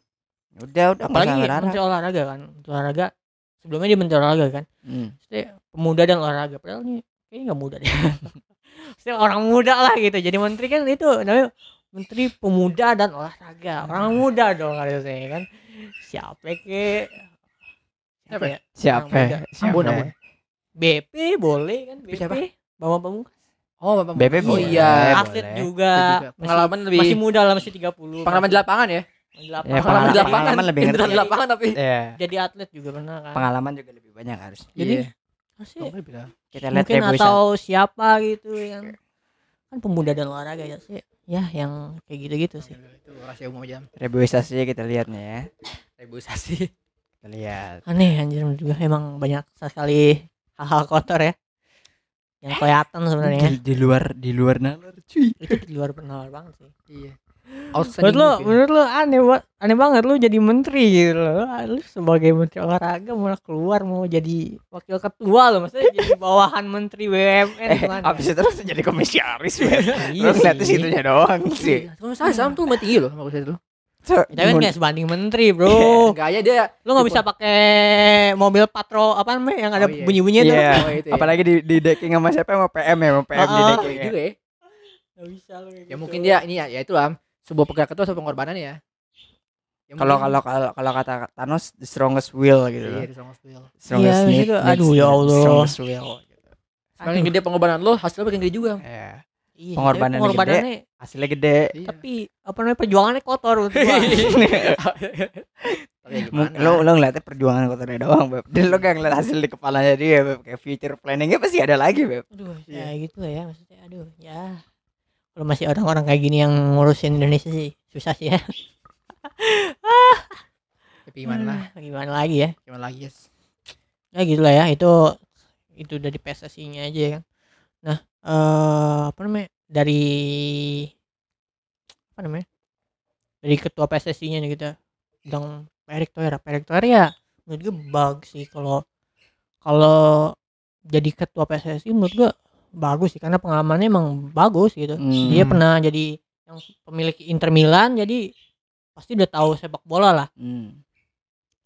Udah Apalagi nggak usah menteri olahraga kan, menteri olahraga sebelumnya dia menteri olahraga kan. Maksudnya pemuda dan olahraga, padahal ini kayaknya nggak muda deh. Maksudnya orang muda lah gitu jadi menteri kan, itu namanya menteri pemuda dan olahraga, orang muda dong harusnya kan. Siapa ke Siapa ya? Siapa? Orang muda. Ambon, Ambon. BP boleh kan, BP Siapa? Bambang Pamungkas. Oh, Bapak. BP Oh boleh. iya. Atlet boleh. juga, Pengalaman lebih masih muda lah, masih 30. pengalaman di lapangan ya. Ya, Pengalaman di lapangan. pengalaman lebih Beneran ngerti. di lapangan tapi. Iya. Jadi atlet juga pernah kan. Pengalaman juga lebih banyak harus. Jadi Iya. harusnya Kita lihat mungkin Reboisa. atau siapa gitu yang kan pemuda dan olahraga ya sih ya yang kayak gitu-gitu sih. Itu rahasia umum aja. Reboisasinya kita lihat nih ya. Reboisasi. Kita lihat. Aneh anjir menurut gue, emang banyak sekali hal-hal kotor ya yang kelihatan sebenarnya. Di luar nalar cuy. Itu di luar benar banget sih. Iya. Menurut lo aneh banget lu jadi menteri gitu loh. Lu sebagai menteri olahraga malah keluar mau jadi wakil ketua lo, maksudnya jadi bawahan menteri BUMN gimana? Abis itu langsung jadi komisaris. Iya Lu ngeliatnya sih. situnya doang sih. Kalau saya Sam tuh lumayan tinggi loh sama saya dulu. Tapi kan nggak sebanding menteri bro. Gaya dia. Lu nggak bisa pakai mobil patrol apa namanya yang ada Oh, iya. bunyi-bunyinya tuh. Iya. Oh, itu ya. Apalagi di decking sama siapa, sama PM ya, sama PM di Oh, decking Iya ya. juga ya. Nggak bisa lu kayak Ya gitu. mungkin dia ini ya itu lah sebuah pergerakan itu sebuah pengorbanan ya. Ya Kalau mungkin- kalau kata Thanos, the strongest will gitu iya loh. di Song of Will. Strongest Iya, need itu, needs aduh, ya the Allah. strongest will. Semakin gede pengorbanan lo, hasilnya makin gede juga. Iya. Iya, Pengorbanannya tapi pengorbanannya Hasilnya gede. Iya. tapi apa namanya perjuangannya kotor menurut gua. Tapi ya gimana? Lo ngeliatnya perjuangan kotornya doang, Beb. Dan lo gak ngeliat hasil di kepalanya dia, Beb. Kayak future planningnya pasti ada lagi, Beb. Aduh, Iya. ya gitu lah ya maksudnya. Aduh, ya. Kalau masih orang-orang kayak gini yang ngurusin Indonesia sih susah sih ya. Tapi gimana lah? Gimana lagi ya? Gimana lagi, yes. Ya gitulah ya, itu dari PSSI-nya aja ya kan. Nah, apa namanya? Dari apa namanya? Dari ketua PSSI-nya nih kita bilang Pak Erick Thohir ya menurut gue bagus sih kalau jadi ketua PSSI. Menurut gue bagus sih karena pengalamannya emang bagus gitu. Dia pernah jadi yang pemilik Inter Milan, jadi pasti udah tahu sepak bola lah.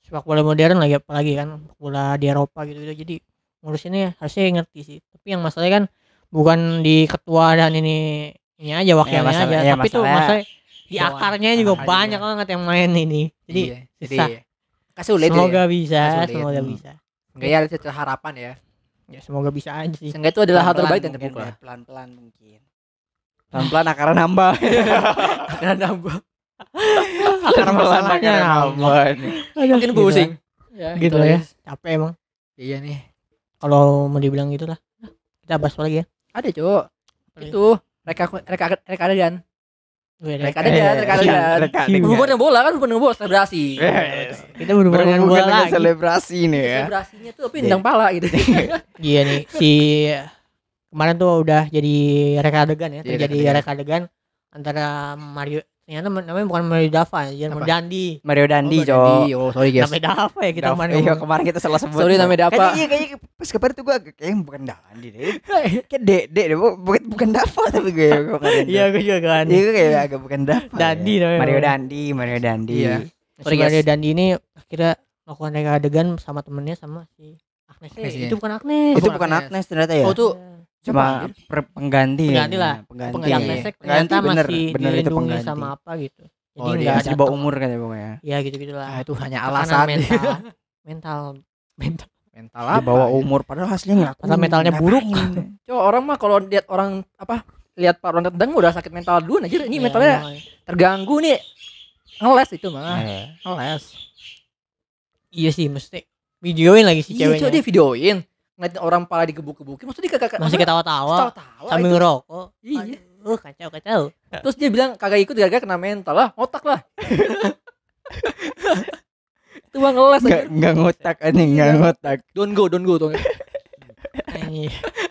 sepak bola modern lagi, apalagi kan sepak bola di Eropa gitu, jadi ngurusinnya harusnya ngerti sih. Tapi yang masalahnya kan bukan di ketua dan ini aja wakilnya masalah- aja, ya, tapi tuh masalahnya masalah di bawahan. akarnya juga Akarnya banyak juga. banget yang main ini. Jadi Iya, jadi susah. sulit Semoga ya. bisa, Sulit. semoga bisa. Enggak ya ada harapan ya. Ya semoga bisa aja sih. Seenggaknya itu adalah hal Pelan-pelan terbaik dan mungkin, terbuka. ya, pelan-pelan mungkin. Pelan-pelan akarnya nambah. Karena nambah. Akar masalahnya akarnya nambah. nih. Makin Gitu pusing. lah. Gitu lah ya. guys. Capek emang. Iya nih. Kalau mau dibilang gitu lah. Kita bahas apa lagi ya. Ada, Cuk. Apa Itu reka adegan. Reka Eh, adegan, reka adegan. reka adegan. Berhubungan dengan bola kan, berhubungan dengan bola selebrasi. Yes. Kita berhubungan dengan bola dengan lagi. selebrasi nih ya. Selebrasinya tuh tapi nendang pala gitu. Iya nih si kemarin tuh udah jadi reka adegan ya, Iya, terjadi reka adegan. reka adegan antara Mario, ternyata namanya bukan Mario Dava ya, Apa? Mario Dandi. Mario Dandi, Oh, Cok. Dandi. Oh, sorry guys. Namanya Dava ya kita Iya, kemarin. iya, ngomong. kemarin kita salah sebut. Sorry, namanya Dava. Kayaknya pas kemarin tuh gua kayaknya bukan Dandi deh. Kayak Dede deh, bukan Dava tapi gue kemarin. Iya gue juga kan. Iya, gue kayak agak bukan Dava. Dandi ya. namanya. Mario Dandi. Iya. Si Sorry, guys. Mario Dandi ini akhirnya melakukan reka adegan sama temennya sama si Agnes. Agnes, ya. Itu bukan Agnes. Itu bukan bukan Agnes. Agnes ternyata ya. Oh, tuh Cuma pengganti. Pengganti ya. lah. Pengganti. Pengganti. Yang Iya. Agnes Pengganti ternyata bener, masih bener itu dilindungi pengganti. sama apa gitu. Jadi Oh, dia enggak Masih di bawah datang. umur katanya pokoknya. Ya gitu-gitulah. Ah, itu hanya Tekanan alasan. mental. Mental Di apa? bawah ya? umur padahal hasilnya ngelakuin. Padahal mentalnya buruk. Coba orang mah kalau lihat orang apa lihat Pak Ronald tendang udah sakit mental dulu anjir. Ini Ya, mentalnya emang. terganggu nih. Ngeles itu mah. Eh, Ngeles. Iya sih mesti videoin lagi si Iya, coba dia ceweknya. videoin ngeliatin orang pala digebuk-gebukin. Maksudnya dia kagak Masih ketawa-tawa tawa sambil ngerokok. Iya. Aduh, kacau. Terus dia bilang kagak ikut gara-gara kena mental lah, otak lah. Itu mah ngeles aja. Enggak ngotak anjing, enggak ngotak. Don't go tuh. Anjir.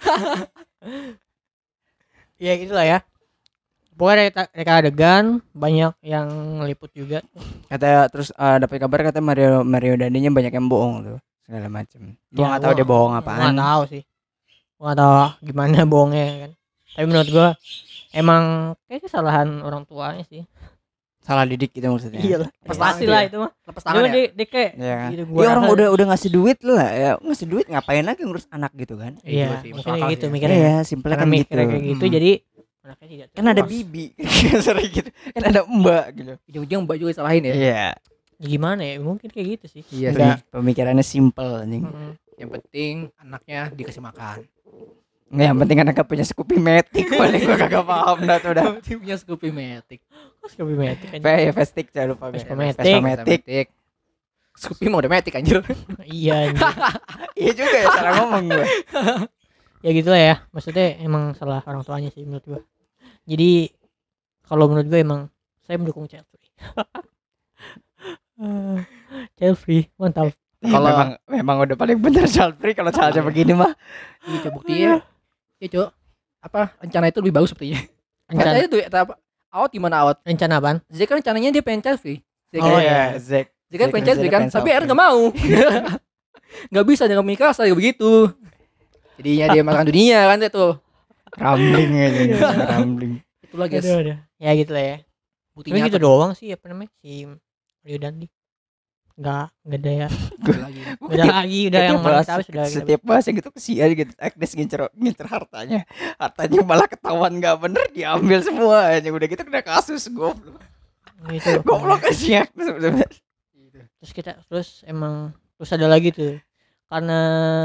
Ya gitulah ya. Pokoknya reka adegan banyak yang ngeliput juga. Kata terus dapat kabar kata Mario Dandinya banyak yang bohong tuh segala macam. Gua Ya, nggak tahu dia bohong apaan. Nggak tahu sih. Gua nggak tahu gimana bohongnya kan. Tapi menurut gua emang kayak kesalahan orang tuanya sih. Salah didik gitu maksudnya. Iyalah. Lepas Pasti tangan lah dia. itu mah. Lepas Dia, tangan ya. dia kayak Iya kan? gitu, Ya orang rasa- udah ngasih duit lah ya. Ngasih duit ngapain lagi ngurus anak gitu kan? Iya, sih, masuk mungkin akal gitu sih. mikirnya. Iya, simpelnya Karena kan gitu. mikirnya kayak gitu Hmm. jadi anaknya tidak Kan ada terpuas. bibi sering gitu. Kan ada mbak gitu. Ujung-ujung Mbak juga disalahin ya. Iya. Ya gimana ya? Mungkin kayak gitu sih. Iya sih. Enggak. Pemikirannya simpel anjing. Mm-mm. Yang penting anaknya dikasih makan. Nggak, yang penting anaknya punya Scoopy Matic paling gua kagak paham dah tuh dah. Dia punya Scoopy Matic. Kok Scoopy Matic kan? Vestik jangan lupa. Vespa Vespa Matic. Matic. Scoopy mau udah Matic anjir. Iya anjir. Iya juga ya salah ngomong gue. Ya gitu lah ya. Maksudnya emang salah orang tuanya sih menurut gua. Jadi kalau menurut gua emang saya mendukung Chelsea. Chelsea mantap. Kalau- memang udah paling bener child free kalau childnya begini mah. Iya, coba buktinya. Iya, Cok. Apa rencana itu lebih bagus sepertinya. Rencana, Katanya tuh apa? Out gimana out? rencana apaan? Zack kan rencananya dia pengen Chelsea. Zack Oh, kan- iya. Zack. Zack kan Zack pengen Chelsea kan, pengen tapi Southgate. Aaron nggak mau. Nggak bisa dengan Mikasa kayak begitu. Jadinya dia makan dunia kan itu. Rambling aja, rambling. Itulah guys. Aduh. Ya gitu lah ya. Buktinya Cuma gitu apa? doang sih apa namanya si Rio Dandi. Enggak ada ya. Lagi. Udah lagi udah yang bahas, mana tahu sudah. setiap bahasa gitu kesian gitu. Agnes ngincer hartanya. Hartanya malah ketahuan nggak bener diambil semua aja. Udah gitu kena kasus goblok. Gitu. Goblok aja. Terus emang terus ada lagi tuh. Karena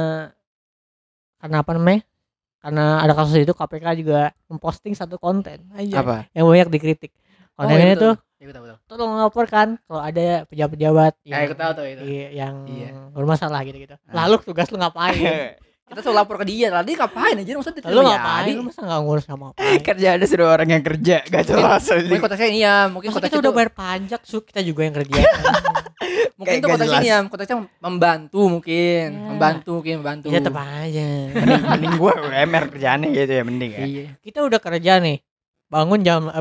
apa namanya? Karena ada kasus itu KPK juga memposting satu konten aja Apa? yang banyak dikritik. Kontennya iya, tuh Iya, betul. tolong laporkan kalau ada pejabat-pejabat Ya, aku tahu tuh itu. yang Iya. bermasalah gitu-gitu. Lalu tugas lu ngapain? Kita selalu lapor ke dia. Tadi ngapain aja maksudnya Lu ngapain? Lu masa enggak ngurus sama apa? Kerja ada sudah orang yang kerja gak jelas Mungkin aja. konteksnya ini ya, mungkin Masa konteksnya kita udah itu bayar pajak, kita juga yang kerja. mungkin kayak itu gak konteksnya ini jelas. ya, konteksnya membantu mungkin, Ya. membantu. Ya tetap aja. mending gue UMR kerjaannya gitu ya mending ya. Iya. Kita udah kerja nih. Bangun jam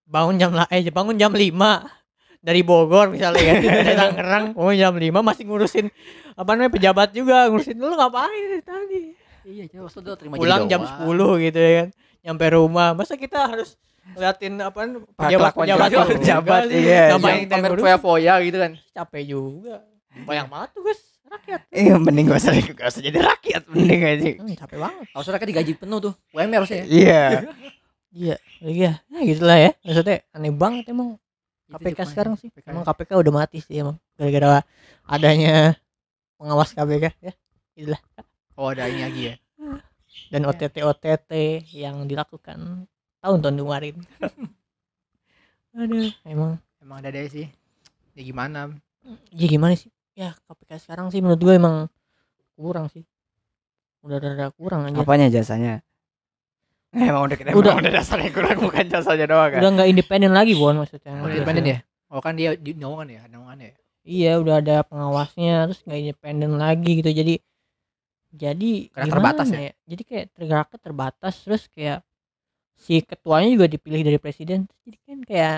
5 dari Bogor misalnya kan dari Tangerang, bangun jam 5 masih ngurusin apa namanya pejabat juga, ngurusin lu ngapain dari tadi? Iya, coba sudah terima Pulang jam 10 gitu ya kan. Nyampe rumah, masa kita harus ngeliatin Kelakuan pejabat pejabat, juga iya. ngapain Yang pamer yang ngurus? foya-foya gitu kan. Capek juga. Banyak banget tuh guys rakyat. Iya, mending gak usah jadi rakyat, mending aja. Capek banget. Harusnya kan digaji penuh tuh. UMR harusnya ya. Iya. Iya, iya. Ya gitulah ya. Maksudnya aneh banget emang Itu KPK cuma sekarang sih. KPK. Emang KPK udah mati sih emang. Gara-gara adanya pengawas KPK ya. Itulah. Oh, ada ini lagi ya. Dan OTT yang dilakukan tahun-tahun kemarin. Aduh, emang Emang ada deh sih. Ya gimana? ya gimana sih? Ya KPK sekarang sih menurut gue emang kurang sih. Udah rada kurang aja. Apanya jasanya? Emang Udah. udah dasarnya kurang, bukan jasanya doang kan? Udah nggak independen lagi Bon maksudnya. Oh, independen ya? Oh kan dia di naungan ya, naungan ya. Iya udah ada pengawasnya terus nggak independen lagi gitu jadi Karena gimana terbatas ya? Jadi kayak geraknya terbatas terus kayak si ketuanya juga dipilih dari presiden jadi kan kayak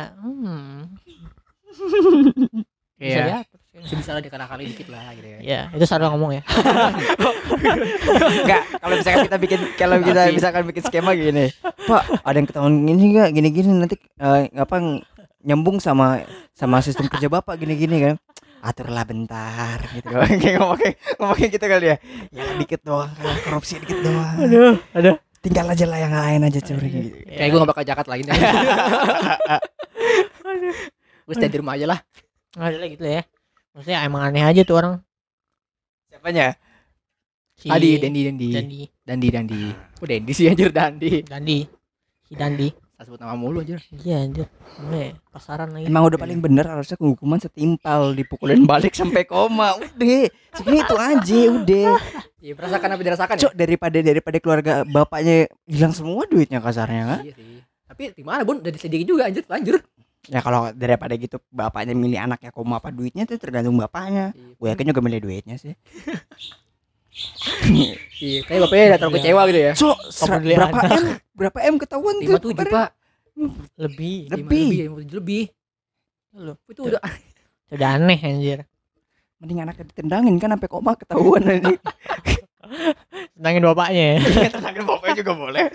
bisa Iya. diatur sih. Bisa lah dikenakali dikit lah gitu ya. Ya itu salah ngomong ya. Enggak, kalau kita Tapi- misalkan bikin skema gini. Pak, ada yang ketahuan gini enggak? Gini-gini nanti nyambung sama sistem kerja Bapak gini-gini kan. Aturlah bentar gitu. Kayak ngomongnya gitu kali ya. Ya dikit doang, kalau korupsi dikit doang. Aduh. Tinggal aja lah yang lain aja curi gitu. Kayak gue gak bakal jakat lagi nih. Gue stay di rumah aja lah. Ada lah gitu ya. Maksudnya emang aneh aja tuh orang. Siapanya? Si Tadi Dandi. Oh Dandi sih anjir Dandi. Si Dandi. Saya sebut nama mulu anjir. Iya anjir. Namanya pasaran lagi. Emang udah paling bener harusnya hukuman setimpal, dipukulin balik sampai koma. Udah, sebenarnya itu aja udah. Iya merasakan apa dirasakan ya? Cok, daripada keluarga bapaknya hilang semua duitnya kasarnya kan. Iya sih. Tapi gimana Bun? Udah diselidiki juga anjir, lanjur. Ya kalau daripada gitu bapaknya milih anaknya koma apa duitnya itu tergantung bapaknya. Gue yakin juga milih duitnya sih. Iya, kayak bapaknya udah terlalu kecewa gitu ya. So, Pembeli berapa M ketahuan tuh? 57 Pak. Lebih. Lebih. 57 lebih. Loh, Itu udah udah aneh anjir. Mending anaknya ditendangin kan sampai koma ketahuan ini. Tentangin bapaknya ya. Tendangin bapaknya juga boleh.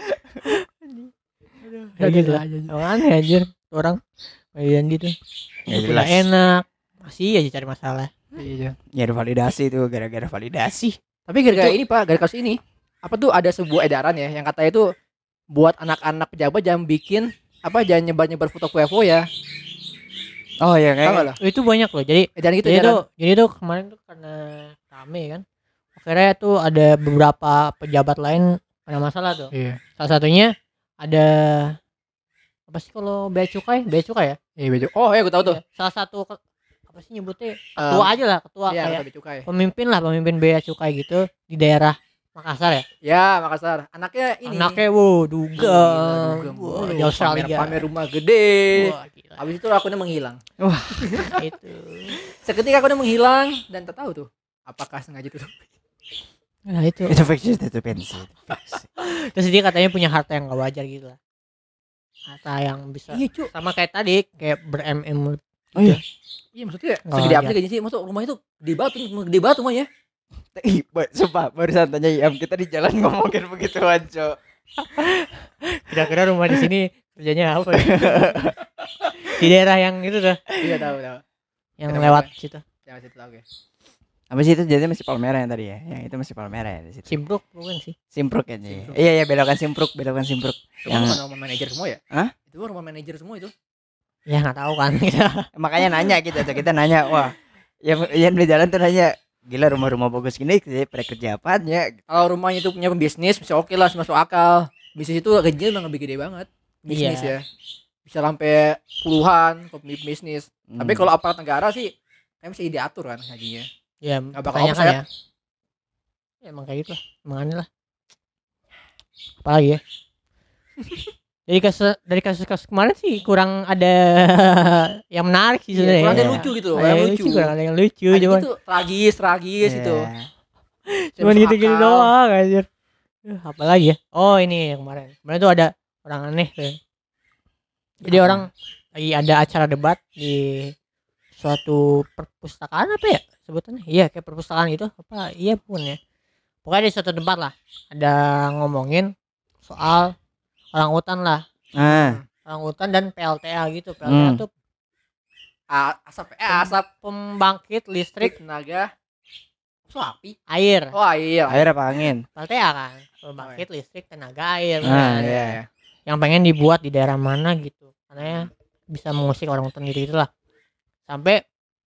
Ya gitu lah. Emang aneh anjir orang. Kayak gitu. Ya, Udah jelas. enak. Masih aja cari masalah. Iya. Ya ada validasi tuh, gara-gara validasi. Tapi gara-gara ini Pak, gara-gara kasus ini, apa tuh ada sebuah edaran ya yang katanya itu buat anak-anak pejabat jangan bikin jangan nyebar-nyebar foto kue ya. Oh iya Tahu nggak kayak lah? Itu banyak loh. Jadi Edaran gitu jadi edaran. tuh kemarin tuh karena rame kan. Akhirnya tuh ada beberapa pejabat lain kena masalah tuh. Iya. Salah satunya ada apa sih kalau bea cukai ya? Iya, baju. Oh, ya gue tahu tuh. Iya. Salah satu apa sih nyebutnya? Ketua aja lah, ketua Iya, kayak baju cukai. pemimpin bea cukai gitu di daerah Makassar ya. Ya, Makassar. Anaknya ini. Anaknya dugem. Gila, Wah, dugem. di Australia. Pamer rumah gede. Wah, gila. Habis itu akunnya menghilang. Itu. Seketika akunnya menghilang dan tak tahu tuh apakah sengaja tutup. Nah, itu. itu fiksi itu pensi. Terus dia katanya punya harta yang gak wajar gitu lah. Harta yang bisa Iya, Cuk. sama kayak tadi kayak ber-MM. Oh iya. Iya, maksudnya Oh, segede apa iya. gajinya sih? Maksud rumah itu gede banget rumahnya. Ih, sumpah barusan tanya Iam kita di jalan ngomongin begituan, Cok. Kira-kira rumah di sini kerjanya apa ya? Di daerah yang itu tuh, Iya, tahu. yang Kenapa? lewat situ. Jangan situ tahu, guys. Apa sih itu jadi masih Palmera yang tadi ya? Yang itu masih Palmera ya di situ. Simpruk bukan sih? Simpruk kayaknya. Simpruk. Iya belokan Simpruk. Itu Yang- kan rumah manajer semua ya? Hah? Itu rumah manajer semua itu. Ya nggak tahu kan kita. Makanya nanya gitu tuh, kita nanya, wah, yang di jalan tuh nanya, gila rumah-rumah bagus gini pada kerja apaan ya? Kalau rumahnya itu punya bisnis, bisa oke lah, masuk akal. Bisnis itu gajinya emang lebih gede banget. Bisnis Iya. ya. Bisa sampai puluhan kalau bisnis. Tapi kalau aparat negara sih kan mesti diatur kan gajinya. Ya Nggak bakal kebanyakan offset. ya. Ya emang kayak gitu lah. Emang aneh lah. Apalagi ya. Dari kasus kemarin sih kurang ada yang menarik sih Iya, sebenarnya. kurang ada ya. lucu gitu loh, Ada yang yang lucu. kurang ada yang lucu Ada cuman itu tragis Iya. itu. cuman Masuk gitu-gitu akal. doang anjir. Apalagi ya? Oh, ini yang kemarin. Kemarin tuh ada orang aneh tuh. Jadi Apa? orang lagi ada acara debat di suatu perpustakaan apa ya sebutannya? Iya, kayak perpustakaan itu apa? Iya pun ya. Pokoknya di suatu tempat lah. Ada ngomongin soal orang hutan lah. Ah, Orang hutan dan PLTA gitu. PLTA tuh Asap pembangkit listrik tenaga api. air. Oh iya. Air apa angin? PLTA kan, pembangkit listrik tenaga air. Ah, kan. iya. Yang pengen dibuat di daerah mana gitu, karena ya bisa mengusik orang sendiri itulah. Sampai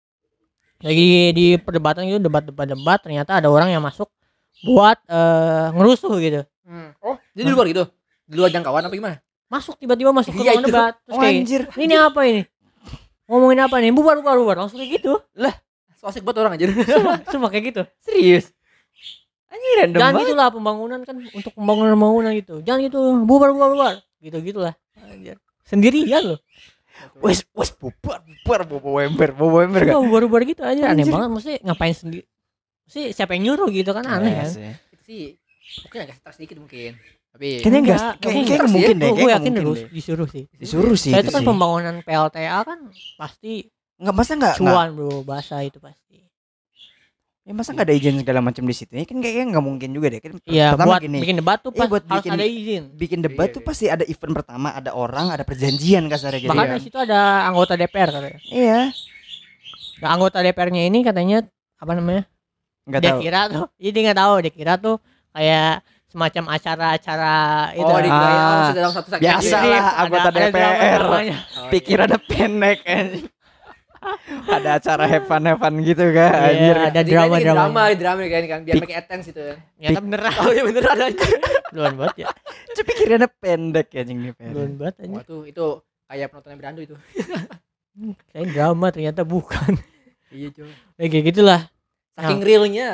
lagi di perdebatan gitu, debat ternyata ada orang yang masuk buat ngerusuh gitu. Oh, jadi di luar gitu. Di luar jangkauan apa gimana? Tiba-tiba masuk ke Iya, ruang itu. debat. Terus kayak Anjir. ini apa ini? Ngomongin apa nih? Bubar langsung kayak gitu. So asik buat orang aja. Semua kayak gitu. Serius. Anjir random Jangan banget. gitulah, pembangunan kan untuk pembangunan gitu. Jangan gitu, bubar. Gitu-gitulah. Anjir. Sendirian loh. Wes bubar bobo ember kan. Cuma bubar gitu aja. Aneh banget, mesti ngapain sendiri? Mesti siapa yang nyuruh gitu kan, aneh kan. Itu sih mungkin agak stres dikit mungkin. Tapi Kayaknya enggak Enggak, kayak mungkin mungkin deh, Gue kayak yakin mungkin terus deh. disuruh sih. Disuruh sih Itu kan sih. pembangunan PLTA kan pasti Enggak masa enggak. cuan bro, bahasa itu pasti. Ya masa enggak ada izin segala macam di situ. Ini kan kayaknya enggak mungkin juga deh. Kan Iya, pertama buat gini, bikin debat tuh Iya, buat harus bikin- ada izin. bikin debat Iya, tuh iya. pasti ada event pertama, ada orang, ada perjanjian kasarnya gitu. Bahkan ya. di situ ada anggota DPR katanya. Iya. Nah, anggota DPR-nya ini katanya apa namanya? Enggak Dia tahu. kira tuh, jadi nggak tahu, dia kira tuh kayak semacam acara-acara itu. oh lah. dikirain Ah, masih dalam satu segmen. biasa Jadi, lah, anggota ada DPR. drama-dramanya. Pikirannya pendek anjing. Ada acara have-fun gitu kan anjir. Iya, ada dikirain ini drama. drama kan biar make attend gitu. Ternyata beneran. Oh iya beneran aja. Duluan banget ya. Cuma pikirannya pendek ya anjing nih. Duluan banget aja. Wah itu kayak penontonnya Berando itu. Kayak drama ternyata bukan. Iya cuy. Ya, kayak gitulah. Saking realnya.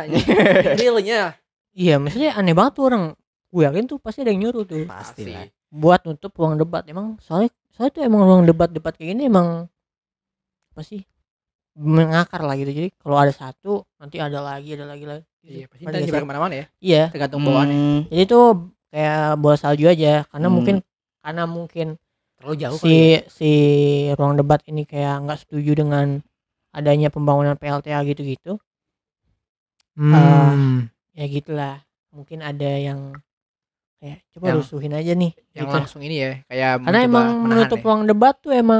Iya, maksudnya aneh banget tuh orang. Gue yakin tuh pasti ada yang nyuruh tuh Pasti lah. buat nutup ruang debat. Emang soalnya tuh emang ruang debat kayak gini emang apa sih? Mengakar lah gitu. Jadi kalau ada satu, nanti ada lagi. Iya, pasti Ngerti ntar gak nyebar sih? kemana-mana ya. Iya. Tergantung bawaannya. Jadi tuh kayak bola salju aja karena Hmm. mungkin Terlalu jauh kali. si ruang debat ini kayak nggak setuju dengan adanya pembangunan PLTA gitu-gitu. Ya gitulah. Mungkin ada yang kayak coba Yang- rusuhin aja nih yang gitu. langsung ini ya, kayak Karena mencoba emang menahan menutup ya. ruang debat tuh emang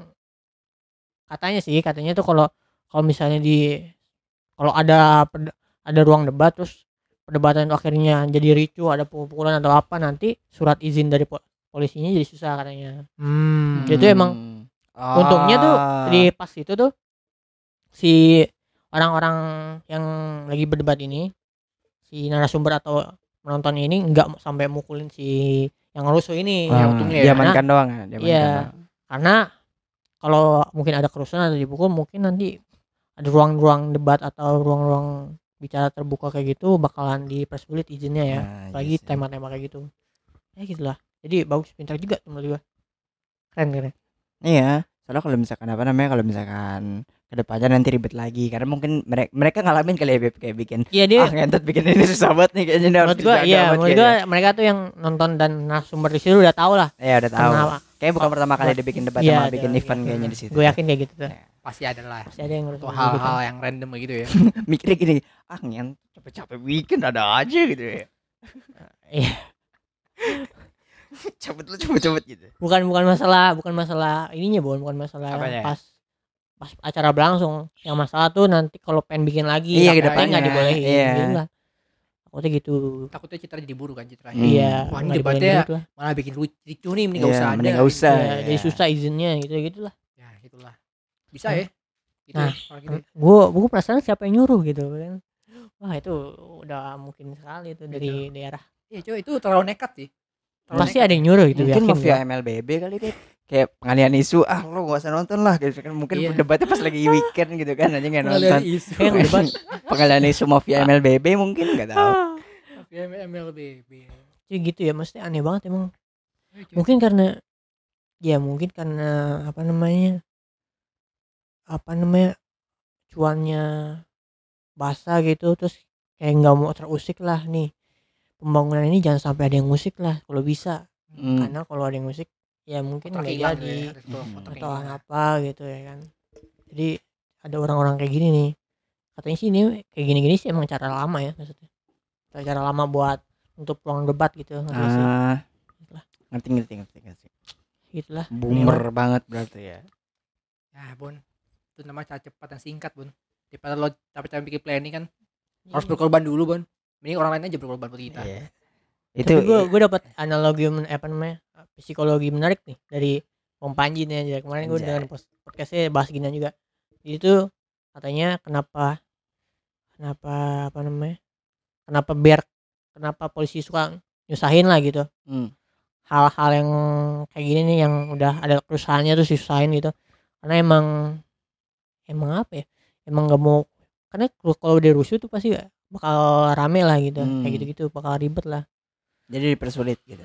katanya tuh kalau misalnya kalau ada ruang debat terus perdebatan itu akhirnya jadi ricuh, ada pukul-pukulan atau apa, nanti surat izin dari polisinya jadi susah katanya. Itu emang untungnya tuh di pas itu tuh si orang-orang yang lagi berdebat ini, si narasumber atau penonton ini nggak sampai mukulin si yang rusuh ini. Ya, untungnya ya. diamankan doang ya, diamankan Iya. doang. Karena kalau mungkin ada kerusuhan atau dipukul, mungkin nanti ada ruang-ruang debat atau ruang-ruang bicara terbuka kayak gitu bakalan dipersulit izinnya ya. Nah, Apalagi iya sih. tema-tema kayak gitu. Ya gitulah. Jadi bagus, pintar juga menurut gua. Keren. Iya, soalnya kalau misalkan kedepannya nanti ribet lagi karena mungkin mereka ngalamin kali ya Beb, kayak bikin Iya dia ngentot bikin ini susah banget nih kayaknya ini harus menurut gua dijaga iya, banget menurut kayaknya. gua mereka tuh yang nonton dan narasumber di situ udah tahu lah Ya udah tahu. kenapa. Kayaknya bukan pertama kali dia bikin debat sama bikin event kayaknya di situ. Gue yakin kayak gitu tuh. Ya. Pasti ada lah. Pasti ada yang ngurus Atau hal-hal yang random kayak gitu ya. Mikirnya gini, capek-capek bikin ada aja gitu ya. Iya. Cepet gitu. bukan masalah ininya, bukan masalah Apanya? pas acara berlangsung. Yang masalah tuh nanti kalau pengen bikin lagi Iya, tapi kedepannya. nggak dibolehin. Iya. Gitu lah. Takutnya gitu. Takutnya citra jadi buruk kan citranya. Iya. Wah, ini nggak dibolehin debatnya gitu lah. malah bikin ricuh nih, mending Iya, gak usah ada. mending nggak usah. Iya, ya. jadi susah izinnya gitulah. Ya, itulah. Bisa ya. Gitu Nah, orang gitu. Gue penasaran siapa yang nyuruh gitu kan. Wah, itu udah mungkin sekali itu dari daerah. Iya, coy, itu terlalu nekat sih. Terlalu Pasti nekat. ada yang nyuruh gitu. Mungkin yakin mafia gua. MLBB kali deh. Kayak pengalian isu, lo gak usah nonton lah gitu kan. Mungkin Iya. debatnya pas lagi weekend gitu kan aja nggak Pengalian nonton. isu. Kayak yang debat Pengalian isu mafia MLBB mungkin nggak tahu. MLBB. Cuy, gitu ya, mesti aneh banget emang. Iya, cuy. Mungkin karena apa namanya cuannya basah gitu, terus kayak nggak mau terusik lah nih pembangunan ini, jangan sampai ada yang musik lah kalau bisa. Karena kalau ada yang musik ya mungkin Kontrak nggak hilang jadi ya, kontrak atau hilang. apa gitu ya kan. Jadi ada orang-orang kayak gini nih, katanya sih ini kayak gini-gini sih emang cara lama ya, maksudnya cara lama buat untuk ruang debat gitu. Ngerti sih? Itulah. Ngerti. Gitulah. Boomer banget berarti ya. Ya, Bon. Itu namanya cara cepat dan singkat, Bun. Daripada lo capek-capek bikin planning kan harus berkorban dulu, Bun. Mending orang lain aja berkorban buat kita. Iya. Itu gue dapat analogi psikologi menarik nih dari Om Panji nih aja. Kemarin gue Anjay. dengan podcastnya bahas gini juga. Itu katanya kenapa kenapa polisi suka nyusahin lah gitu. Hal-hal yang kayak gini nih yang udah ada perusahaannya tuh disusahin gitu. Karena emang apa ya? Emang nggak mau, karena kalau udah rusuh tuh pasti bakal rame lah gitu. Kayak gitu-gitu bakal ribet lah. Jadi dipersulit gitu.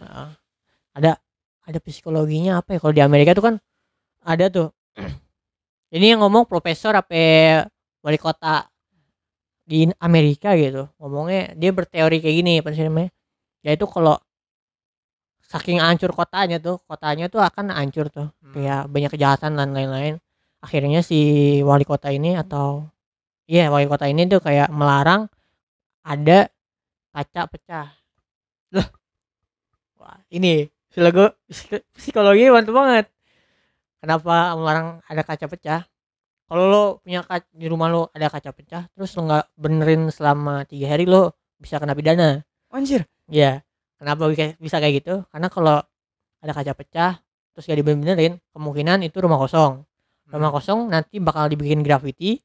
Ada psikologinya apa ya, kalau di Amerika tuh kan ada tuh ini yang ngomong profesor apa wali kota di Amerika gitu, ngomongnya dia berteori kayak gini apa sih namanya, yaitu kalau saking hancur kotanya tuh akan hancur tuh, kayak banyak kejahatan dan lain-lain. Akhirnya si wali kota ini wali kota ini tuh kayak melarang ada kaca pecah. Loh, wah ini psikologi mantap banget. Kenapa melarang ada kaca pecah? Kalau lo punya di rumah lo ada kaca pecah, terus lo nggak benerin selama 3 hari, lo bisa kena pidana. Anjir. Ya, kenapa bisa kayak gitu? Karena kalau ada kaca pecah terus gak dibenerin, kemungkinan itu rumah kosong. Rumah kosong nanti bakal dibikin graffiti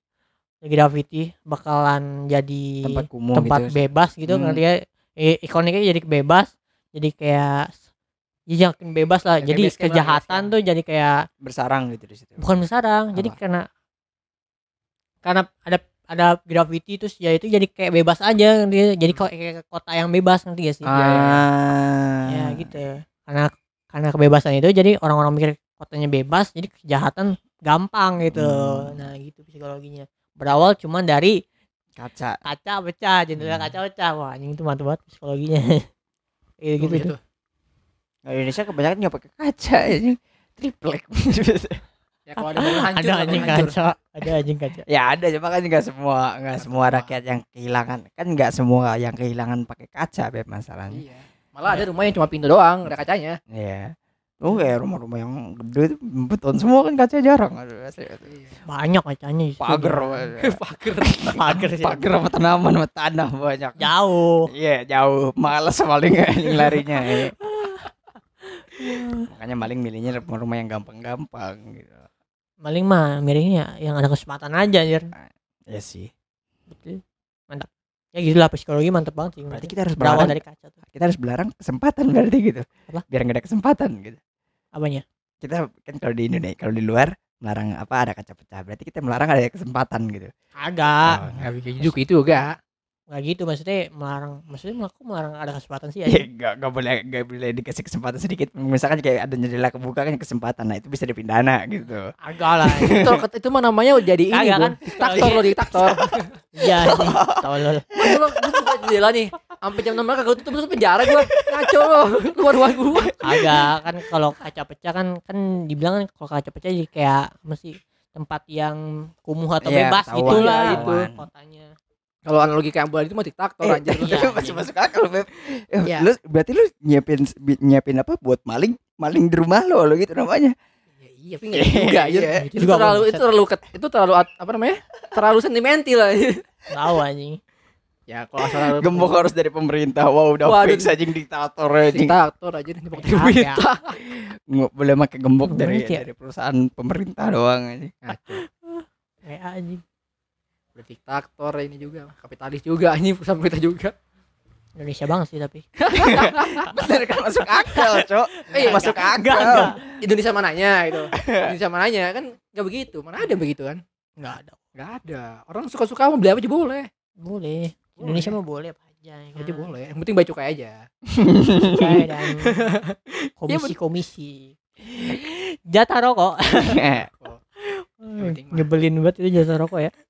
bakalan jadi Tempat kumuh tempat gitu. bebas gitu. Karena dia ikoniknya jadi bebas, jadi kayak yakin bebas lah. Ya, jadi bebas camp lah, kejahatan bebas tuh jadi kayak Bersarang gitu di situ. bukan bersarang. Jadi karena ada graffiti terus ya itu jadi kayak bebas aja dia, jadi kayak kota yang bebas, nanti gak sih? Ya gitu. Karena kebebasan itu jadi orang-orang mikir kotanya bebas, jadi kejahatan gampang gitu. Nah gitu psikologinya. Berawal cuman dari Kaca pecah, jendela kaca pecah. Wah anjing, itu mantap banget psikologinya. gitu tuh. Nah, Indonesia kebanyakan nggak pakai kaca ya, triplek. Ya kalau ada bangunan hancur, Ada anjing kaca. Ya ada, cuma kan nggak semua rakyat yang kehilangan, kan nggak semua yang kehilangan pakai kaca Beb, masalahnya. Iya. Malah ada rumah yang cuma pintu doang, ada kacanya. Iya. Kayak rumah-rumah yang gede itu beton semua kan, kaca jarang. Banyak kacanya justru. Pagar. Pagar apa tanaman sama tanah banyak. jauh. Iya, jauh. Males paling yang larinya. Makanya maling milihnya rumah-rumah yang gampang-gampang gitu. Maling mah milihnya yang ada kesempatan aja anjir. Iya sih. Betul. Mantap. Ya gitulah, psikologi mantap banget sih. Berarti kita harus berawal belarang dari kaca tuh. Kita harus belarang kesempatan berarti gitu. Apa? Biar nggak ada kesempatan gitu. Apanya? Kita kan kalau di Indonesia, kalau di luar melarang ada kaca pecah, berarti kita melarang ada kesempatan gitu. Agak. Enggak bikin itu juga. Nggak gitu, maksudnya aku melarang ada kesempatan sih Ya, aja. nggak boleh dikasih kesempatan sedikit. Misalkan kayak ada jendela kebuka kan kesempatan, nah itu bisa dipidana gitu. Agak lah. Itu mah namanya jadi ini, Kagak Bun. kan? Diktator. Iya anjing. Tolol. Masa lo buka jendela nih sampai jam 6 malam kagak tutup penjara gua. Ngaco lo, keluar rumah gua. Agak kan, kalau kaca pecah kan dibilang kan kalau kaca pecah jadi kayak mesti tempat yang kumuh atau Iya, bebas ketahuan, gitulah ketahuan. gitu kotanya. Kalau analogi kayak ambulan itu mah diktator anjir. iya. Masih masuk akal Beb. Iya. Berarti lu nyiapin apa buat maling di rumah lo gitu namanya. Ya, iya, tapi enggak juga anjir. Iya. Itu terlalu apa namanya? Terlalu sentimental lah. Tahu anjing. Ya kalau asal Gembok harus dari pemerintah. Wow, udah Waduh. fix anjing diktator anjing. diktator aja nih Maaf pemerintah. Nggak boleh pakai gembok dari Iya. perusahaan pemerintah doang anjing. Ngaco. Kayak anjing. Udah diktator ini juga, kapitalis juga ini perusahaan pemerintah juga. Indonesia banget sih tapi. Bener kan, masuk akal, Cok. Masuk Enggak. akal. Indonesia mananya gitu. Indonesia mananya kan enggak begitu. Mana ada begitu kan? Enggak ada. Enggak ada. Orang suka-suka mau beli apa aja boleh. Boleh. Indonesia mah boleh apa aja ya Aja kan? boleh. Yang penting bayar cukai aja. Cukai dan komisi-komisi. Jatah rokok. penting mah. Nyebelin banget itu jatah rokok ya.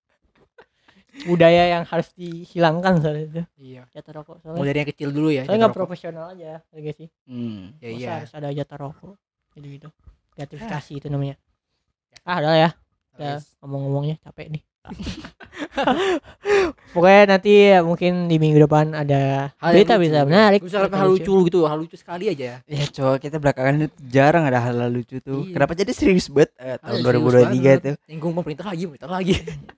Budaya yang harus dihilangkan soalnya itu. Iya. Jatah rokok Mulai soalnya. dari yang kecil dulu ya. Soalnya jatah nggak rokok. profesional aja, ya sih. Ya Masa iya. harus ada jatah rokok. Gitu. Gratifikasi itu namanya. Ada lah ya. Ya, Terus, ngomong-ngomongnya capek nih. Pokoknya nanti mungkin di minggu depan ada Hal yang berita lucu. bisa menarik. Bisa hal lucu gitu, hal lucu sekali aja. Ya cowok, kita belakangan ini jarang ada hal lucu tuh. Iya. Kenapa jadi serius banget tahun Aduh, 2023 tuh? Nyinggung pemerintah lagi.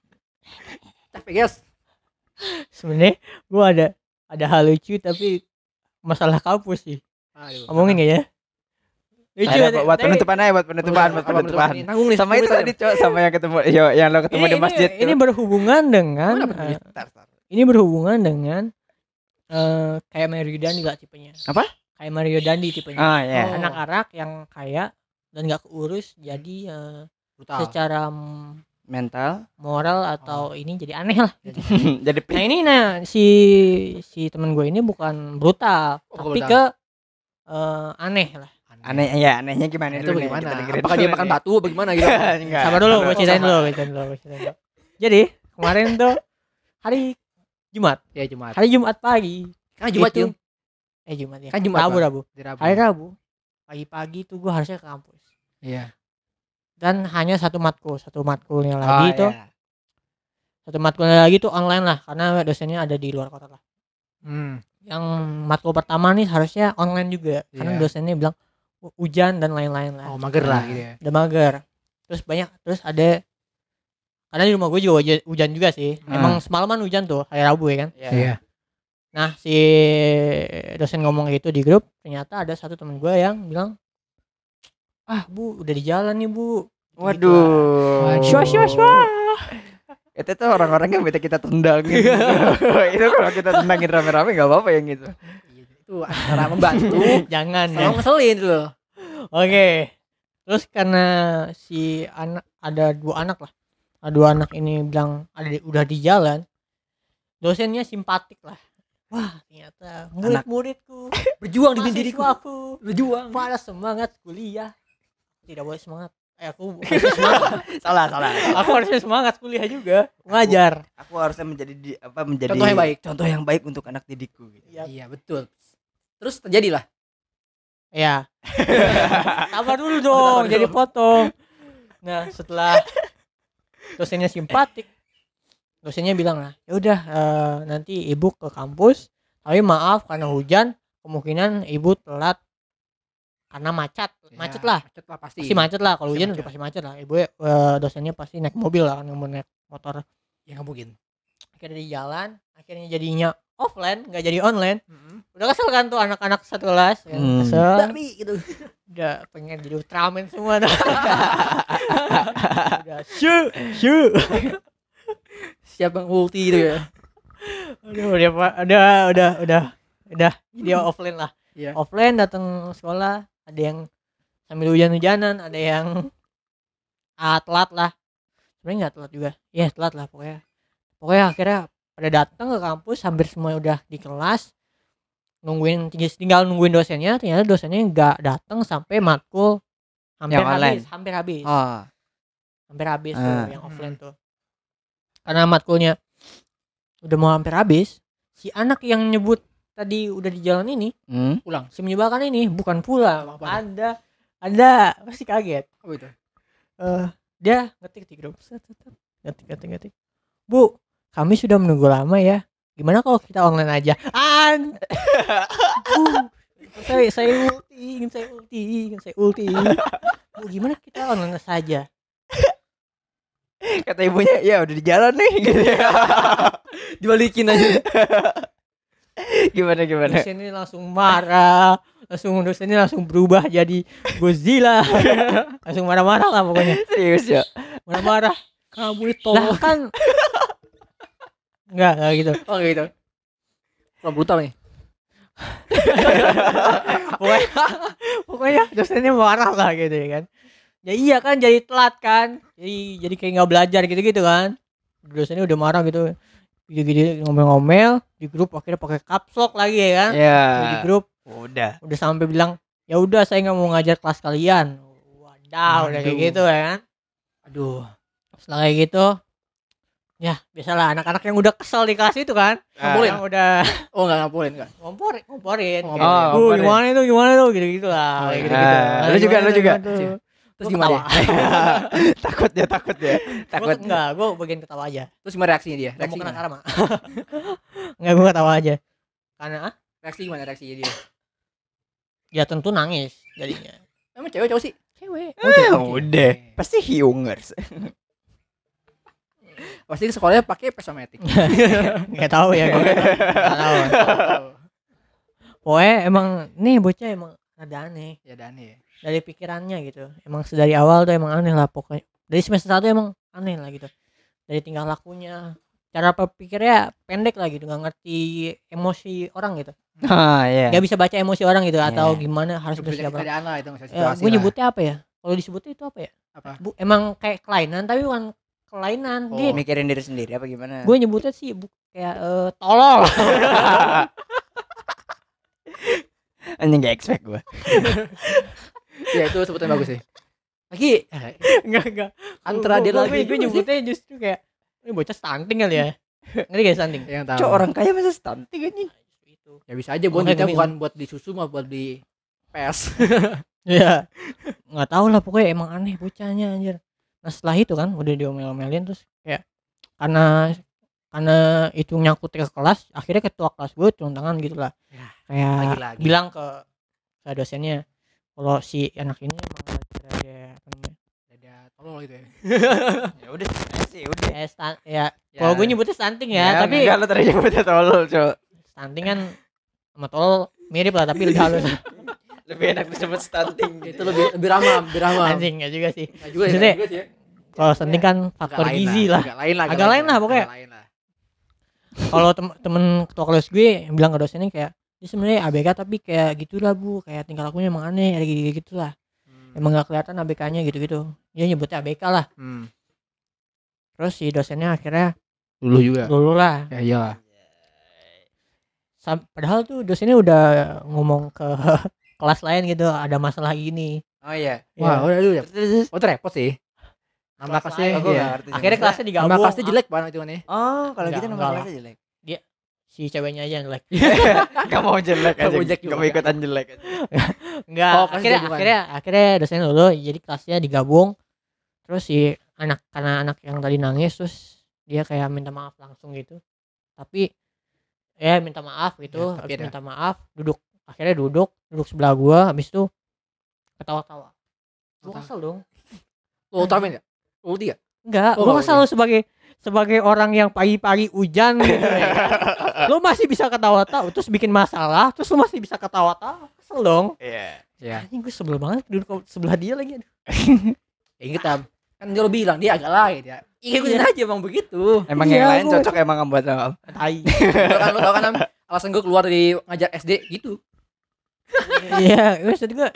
Capek guys. Sebenarnya gua ada hal lucu tapi masalah kampus sih. Aduh. Ngomongin gak ya? Lucu Ada kan? buat Tapi- penutupan aja, buat penutupan. Tanggung nih. Sama itu tadi cowok, sama yang ketemu, yang lo ketemu di masjid. ini berhubungan dengan ini berhubungan dengan kayak Mario Dandi lah tipenya. Apa? Kayak Mario Dandi tipenya. Ah ya. Oh. Anak-anak yang kaya dan gak keurus jadi Brutal. secara Mental. moral atau ini jadi aneh lah. Jadi Nah ini si temen gue ini bukan brutal Oh, tapi brutal. ke aneh lah. aneh ya, anehnya gimana Itu dulu nih? bagaimana? Kita dengerin Apakah dia dulu makan nih. batu bagaimana gitu? Enggak. Sabar dulu, gue Sama. ceritain dulu. Jadi kemarin tuh hari Jumat, Ya Jumat. hari Jumat pagi. Kan Jumat itu- Jung. Jumat ya. Kan Jumat, Rabu, Pak. Rabu. Di Rabu. Hari Rabu. Pagi-pagi tuh gue harusnya ke kampus. Iya. Dan hanya satu matkulnya Oh, lagi tuh. iya. Satu matkulnya lagi tuh online lah karena dosennya ada di luar kota lah. Yang matkul pertama nih harusnya online juga karena Iya. dosennya bilang hujan dan lain-lain lah. Oh, mager lah gitu ya. Udah mager. Terus ada karena di rumah gue juga hujan juga sih. Emang semalaman hujan tuh hari Rabu ya kan. Iya. Nah si dosen ngomong gitu di grup, ternyata ada satu temen gue yang bilang, ah bu udah di jalan nih bu. Waduh. Shwa. Itu tuh orang-orang yang kita tendangin. Itu kalau kita tendangin rame-rame enggak apa-apa yang gitu. Itu antara membantu Jangan sama ya. ngeselin gitu loh. Oke. Terus karena si anak ada dua anak lah. Ada dua anak ini bilang udah di jalan. Dosennya simpatik lah. Wah, ternyata murid-muridku Berjuang demi diriku. mahasiswaku Berjuang. pada semangat kuliah. Tidak boleh semangat. Aku harusnya semangat. Salah. Aku harusnya semangat kuliah juga. Ngajar. Aku harusnya menjadi menjadi Contoh yang baik. Contoh yang baik untuk anak didikku gitu. Iya, betul. Terus terjadilah. Ya. Sabar dulu dong, jadi potong. Nah, setelah dosennya simpatik, dosennya bilang lah, ya udah nanti ibu ke kampus, tapi maaf karena hujan, kemungkinan ibu telat karena macet lah. Macet lah pasti. Pasti macet lah, kalau Pasti hujan macet. udah pasti macet lah. Ibu dosennya pasti naik mobil lah, kan, mau naik motor. Ya nggak mungkin. Akhirnya di jalan, akhirnya jadinya offline, nggak jadi online. Udah kesel kan tuh anak-anak satu kelas, ya. Kesel. Tapi gitu. Udah pengen jadi Ultraman semua dah. Udah shoo. Siapa yang ulti gitu ya? Aduh, udah dia offline lah. Iya. Offline datang sekolah, ada yang sambil hujan-hujanan, ada yang telat lah. Sebenarnya nggak telat juga. Ya telat lah pokoknya. Pokoknya akhirnya pada datang ke kampus, hampir semua udah di kelas. Tinggal nungguin dosennya, ternyata dosennya nggak datang sampai matkul hampir Yang online. habis. Oh. Hampir habis tuh yang offline tuh. Karena matkulnya udah mau hampir habis, si anak yang nyebut tadi udah di jalan ini, Pulang. si menyebalkan ini bukan pulang. Apa? Ada pasti kaget. Apa itu? Dia ngetik di grup. Ngetik. Bu, kami sudah menunggu lama ya. Gimana kalau kita online aja? Saya ulti. Bu, gimana kita online saja? Kata ibunya, ya udah di jalan nih gitu. Dibalikin aja. Gimana? Dosen ini langsung marah, dosennya langsung berubah jadi Godzilla. Langsung marah-marah lah pokoknya. Serius ya? Marah-marah. Kamu itu Lah kan enggak gitu. Oh gitu. Kurang brutal nih. Pokoknya dosennya marah lah gitu ya kan. Ya iya kan jadi telat kan. Jadi kayak enggak belajar gitu-gitu kan. Dosennya udah marah gitu. Gitu ngomel-ngomel di grup, akhirnya pakai caps lock lagi ya kan. Iya. Di grup Udah. sampai bilang, "Ya udah saya enggak mau ngajar kelas kalian." Udah kayak gitu ya kan. Aduh. Setelah kayak gitu, ya biasalah anak-anak yang udah kesel di kelas itu kan, Ngomongin? yang udah Oh enggak ngomporin enggak? ngomporin. Oh, Kayak, ngomporin. gimana itu gitu lah, kayak gitu. Lu juga. Tuh. Terus Gua gimana? Takut ya. Takut. Enggak, gue bagian ketawa aja. Terus gimana reaksinya dia? Gak mau Reaksi kena gimana? karma. Enggak, gue ketawa aja. Karena Reaksi gimana reaksinya dia? ya tentu nangis jadinya. Emang cewek cowok sih? Cewek. Udah. Pasti hiungers. Pasti sekolahnya pakai Pesomatic. Enggak tahu ya gue. Enggak tahu. Pokoknya emang nih bocah emang rada aneh Ya Dani ya. dari pikirannya gitu. Emang dari awal tuh emang aneh lah pokoknya. Dari semester 1 emang aneh lah gitu. Dari tingkah lakunya, cara berpikirnya pendek lah gitu, nggak ngerti emosi orang gitu. Iya. Nggak bisa baca emosi orang gitu atau Iya. gimana harus Bisa bersikap. keadaan lah itu maksudnya Ya, situasi gue lah. nyebutnya apa ya? Kalau disebutnya itu apa ya? Apa? Emang kayak kelainan tapi bukan kelainan. Oh. Dia Mikirin diri sendiri apa gimana? gue nyebutnya sih kayak tolol. Anjing gak expect gue. Ya itu sebutan bagus sih. Lagi Enggak. antara dia lagi gue nyebutnya justru kayak ini bocah stunting kali ya. Ngerti gak stunting? yang tahu. Cok orang kaya masa stunting anjing. Itu. Ya bisa aja buat Makanya duitnya gue bukan buat di susu mah buat di pes. Iya. Enggak tahu lah pokoknya emang aneh bocahnya anjir. Nah, setelah itu kan udah diomel-omelin terus kayak karena itu nyangkut ke kelas, akhirnya ketua kelas gue turun tangan gitu lah. Ya, Kayak lagi-lagi. bilang ke dosennya kalau si anak ini emang ada apa namanya? Ada tolol gitu ya. Ya udah sih udah. Ya, Ya. kalau gue nyebutnya stunting ya, tapi enggak lo tadi nyebutnya tolol, Cok. stunting kan sama tolol mirip lah tapi lebih halus. Lebih enak disebut stunting. Itu lebih ramah, Anjing enggak juga sih. Nah, juga Maksudnya, ya, juga sih ya. Kalau stunting kan faktor Agak lain gizi lah. Agak lain lah pokoknya. Agak lain lah. Kalau temen ketua kelas gue yang bilang ke dosennya kayak dia sebenarnya ABK tapi kayak gitulah bu, kayak tingkah lakunya emang aneh kayak gitu lah. Emang gak kelihatan ABK-nya gitu-gitu. Dia nyebutnya ABK lah. Terus si dosennya akhirnya Dulu juga. dulu lah. Ya iyalah. Padahal tuh dosennya udah ngomong ke kelas lain gitu, ada masalah gini. Oh iya. Wah, udah dulu ya. Terus Oh, itu repot sih. Nama Kelas kelasnya lain. aku iya. enggak ngerti. Akhirnya kelasnya Nama digabung. kelasnya jelek banget itu kan ya. Oh, kalau Enggak, gitu nama enggak lah. kelasnya jelek. Si ceweknya aja yang jelek. Gak mau jelek Gak aja. mau jelek juga. Gak mau ikutan jelek aja. Enggak, Oh, kelas gabungan. akhirnya dosennya dulu jadi kelasnya digabung. Terus si karena anak yang tadi nangis terus dia kayak minta maaf langsung gitu. Tapi ya minta maaf gitu, Ya, tapi habis ada. minta maaf, akhirnya duduk sebelah gua, habis itu ketawa-tawa. Gua kesel dong. Lu ultraman ya? Ulti ya? Enggak, Oh, gua enggak kesel lu sebagai orang yang pagi-pagi hujan gitu ya. Lu masih bisa ketawa-tawa, terus bikin masalah, terus lu masih bisa ketawa-tawa. Kesel dong. Iya. Iya. Anjing gue sebel banget duduk sebelah dia lagi. Ingat Tam. Kan dia lo bilang dia agak lain ya. Ikutin aja emang begitu. Emang Iya, yang lain gua- cocok emang buat lo. Tai. Lo tau kan Tam, alasan gue keluar dari ngajar SD gitu. Iya, maksud gue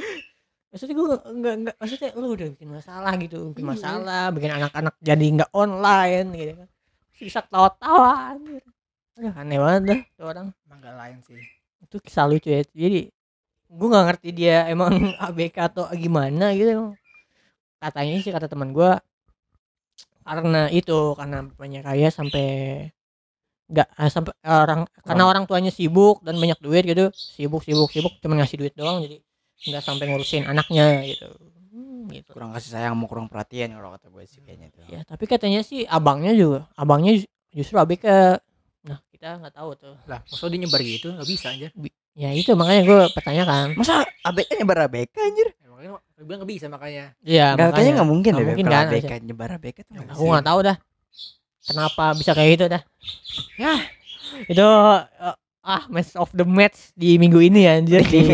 enggak maksudnya lu udah bikin masalah gitu, bikin Iya. masalah, bikin anak-anak jadi enggak online gitu kan. Bisa ketawa-tawa anjir. Aduh, aneh banget dah tuh orang. Emang gak lain sih. Itu kisah lucu ya. Jadi gue nggak ngerti dia emang ABK atau gimana gitu. Katanya sih kata teman gue karena bapaknya kaya sampai nggak sampai karena orang tuanya sibuk dan banyak duit gitu, sibuk cuma ngasih duit doang, jadi nggak sampai ngurusin anaknya gitu. Gitu. Kurang kasih sayang mau kurang perhatian kalau kata gue sih kayaknya itu. Ya tapi katanya sih abangnya justru ABK. Nah kita nggak tahu tuh. Lah, maksudnya dia nyebar gitu gak bisa anjir. Ya itu makanya gue pertanyakan. Masa ABK nyebar ABK anjir? Ya, makanya gue bilang gak bisa makanya. Iya Enggak, kayaknya enggak mungkin Nggak deh mungkin kalau kan, ABK nyebar ABK tuh. Aku nggak tahu dah. Kenapa bisa kayak gitu dah? Ya. Itu match of the match di minggu ini anjir di.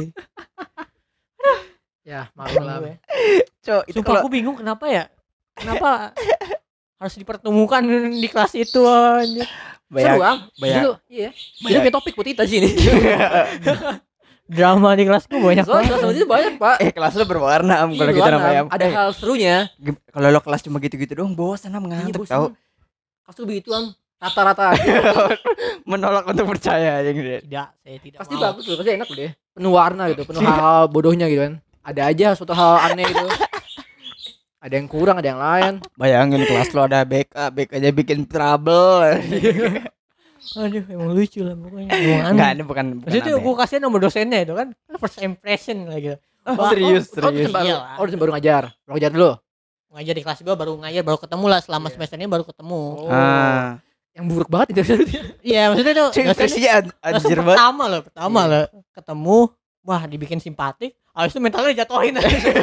Ya, maklum lah. Cok, itu Sumpah kalau aku bingung kenapa ya? Kenapa harus dipertemukan di kelas itu anjir? Seru bayang, Am. bayang. Dulu, iya. Dia punya topik buat kita sini. Drama di kelasku banyak Soalnya banget. kelas itu banyak, Pak. kelas lu berwarna am kalau Iya, gitu doang, namanya. Am. Ada hal serunya. Kalau lo kelas cuma gitu-gitu doang bosan am Iya, ngantuk bosan. tahu. Kelas itu begitu, Am. Rata-rata. Menolak untuk percaya aja gitu. Tidak, saya tidak Pasti mau. bagus loh, pasti enak loh deh. Penuh warna gitu, penuh hal bodohnya gitu kan. Ada aja suatu hal aneh gitu. Ada yang kurang, ada yang lain. Bayangin kelas lo ada BK, BK aja bikin trouble. Aduh, emang lucu lah pokoknya. Emang aneh. Enggak, ini bukan Maksudnya aneh. gue kasih nomor dosennya itu kan first impression lah gitu. Oh, serius. Iyalah. Oh, baru ngajar. Baru ngajar dulu. Ngajar di kelas gue baru ngajar baru ketemu lah selama Iya. semester ini baru ketemu. Oh. Ah. Yang buruk banget itu. Iya maksudnya tuh Cuy, dosen impresinya anjir banget. pertama loh ketemu wah dibikin simpatik habis itu mentalnya dijatuhin.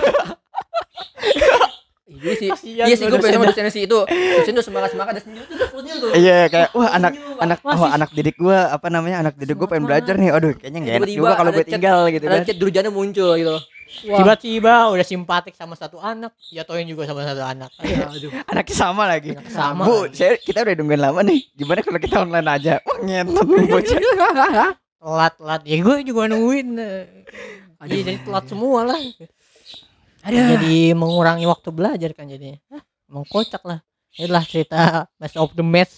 Iya sih. Kasihan Iya sih gue gua pengen sama dosennya. dosennya sih itu. Dosen tuh semangat-semangat dan senyum tuh senyum tuh. Iya, kayak wah anak Masih anak didik gua apa namanya? Anak didik gua pengen belajar nih. Aduh, kayaknya enggak enak Tiba-tiba juga kalau ada gue chat- tinggal gitu Ada kan. chat durjana muncul gitu. Wah. tiba-tiba udah simpatik sama satu anak jatuhin juga sama satu anak. Aduh. Anaknya sama lagi. Anak sama Bu, lagi. kita udah nungguin lama nih. Gimana kalau kita online aja? Wah, ngentot nih bocah. Telat ya gue juga nungguin. Aduh. Iya jadi telat semua lah. Aduh. Jadi mengurangi waktu belajar kan jadinya. Emang kocak lah. Inilah cerita Mass of the Mess.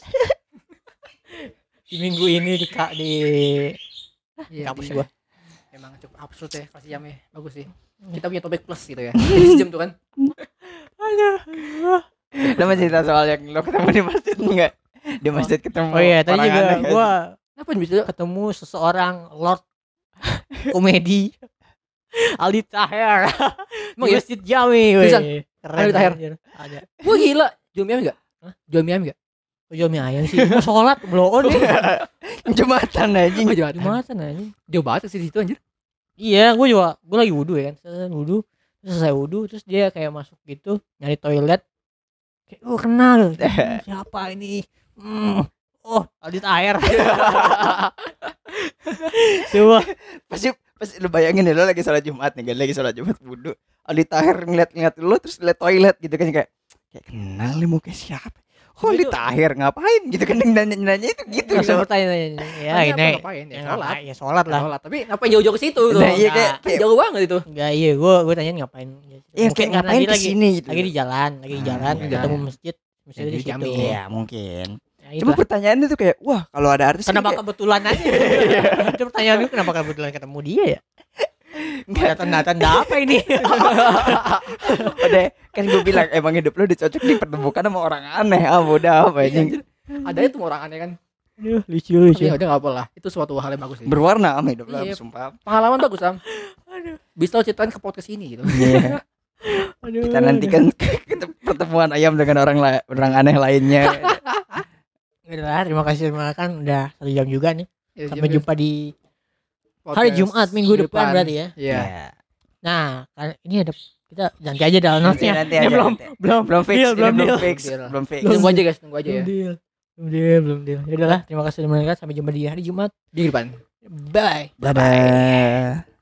Di minggu ini di Iya, kampus iya. gua. Emang cukup absurd ya kelas jamnya. Bagus sih. Kita punya topik plus gitu ya. Jadi sejam tuh kan. Lo mau cerita soal yang lo ketemu di masjid enggak? Di masjid ketemu. Oh iya tadi orang juga aneh, gua Kenapa bisa? ketemu seseorang Lord komedi Aldi Taher. Emang Di iya? Masjid Jami. Seriusan? weh. Keren Aldi Taher? anjir. Ada. Wah gila. Jual mie ayam enggak? Hah? Jual mie ayam enggak? Oh, Jami ayam sih. Mau sholat belum nih. Jumatan anjing. Oh, Jumatan. Jumatan anjing. Jauh banget sih di situ anjir. Iya, gue lagi wudhu ya kan, selesai wudhu, terus dia kayak masuk gitu, nyari toilet, kayak kenal, siapa ini? Oh, Aldi Taher. Coba, Pasti lu bayangin ya lo lagi sholat Jumat nih, kan lagi sholat Jumat wudu. Aldi Taher ngeliat lu terus liat toilet gitu kan kayak kenal nih muka siapa? Oh, Aldi Itu- Taher ngapain gitu kan nanya itu gitu. langsung So. pertanyaan, ya Tanya ini, apa, ngapain ya? ya Sholat. ngapain? Ya sholat lah. Sholat. Tapi ngapain jauh-jauh ke situ tuh? Nah, iya Enggak. kayak Jauh banget itu. Enggak, iya, gue tanyain ngapain? ya kayak karena ngapain dia kesini gitu. lagi di jalan, iya. ketemu masjid Ya, di di situ. Jami. Iya, mungkin. Ya, Cuma itulah. pertanyaannya tuh kayak wah, kalau ada artis kan Kenapa kayak, kebetulan aja? Itu pertanyaan lu kenapa kebetulan ketemu dia ya? Ada tanda-tanda apa ini? udah kan gue bilang emang hidup lu dicocok dipertemukan sama orang aneh. Ah, bodoh apa anjing. Ada itu orang aneh kan. Aduh, lucu. Tapi ya udah enggak apa lah. Itu suatu hal yang bagus sih. Berwarna sama hidup lu, Iya. sumpah. Pengalaman bagus, Sam. Aduh. Bisa lo ceritain ke podcast ini gitu. Iya. Kita nantikan pertemuan ayam dengan orang aneh lainnya. Udah, terima kasih kan udah 1 jam juga nih. Ya, Sampai jam- jumpa di podcast hari Jumat minggu depan berarti ya. Iya. Nah, ini ada kita nanti aja downloadnya. Nanti Ini aja, belum nanti. belum Belum fix, deal, ini belum belum deal. fix, Deal. belum fix. Tunggu aja guys, tunggu aja ya. Belum deal. Ya udahlah, terima kasih sudah mendengar. Sampai jumpa di hari Jumat. Di depan. Bye. Dadah.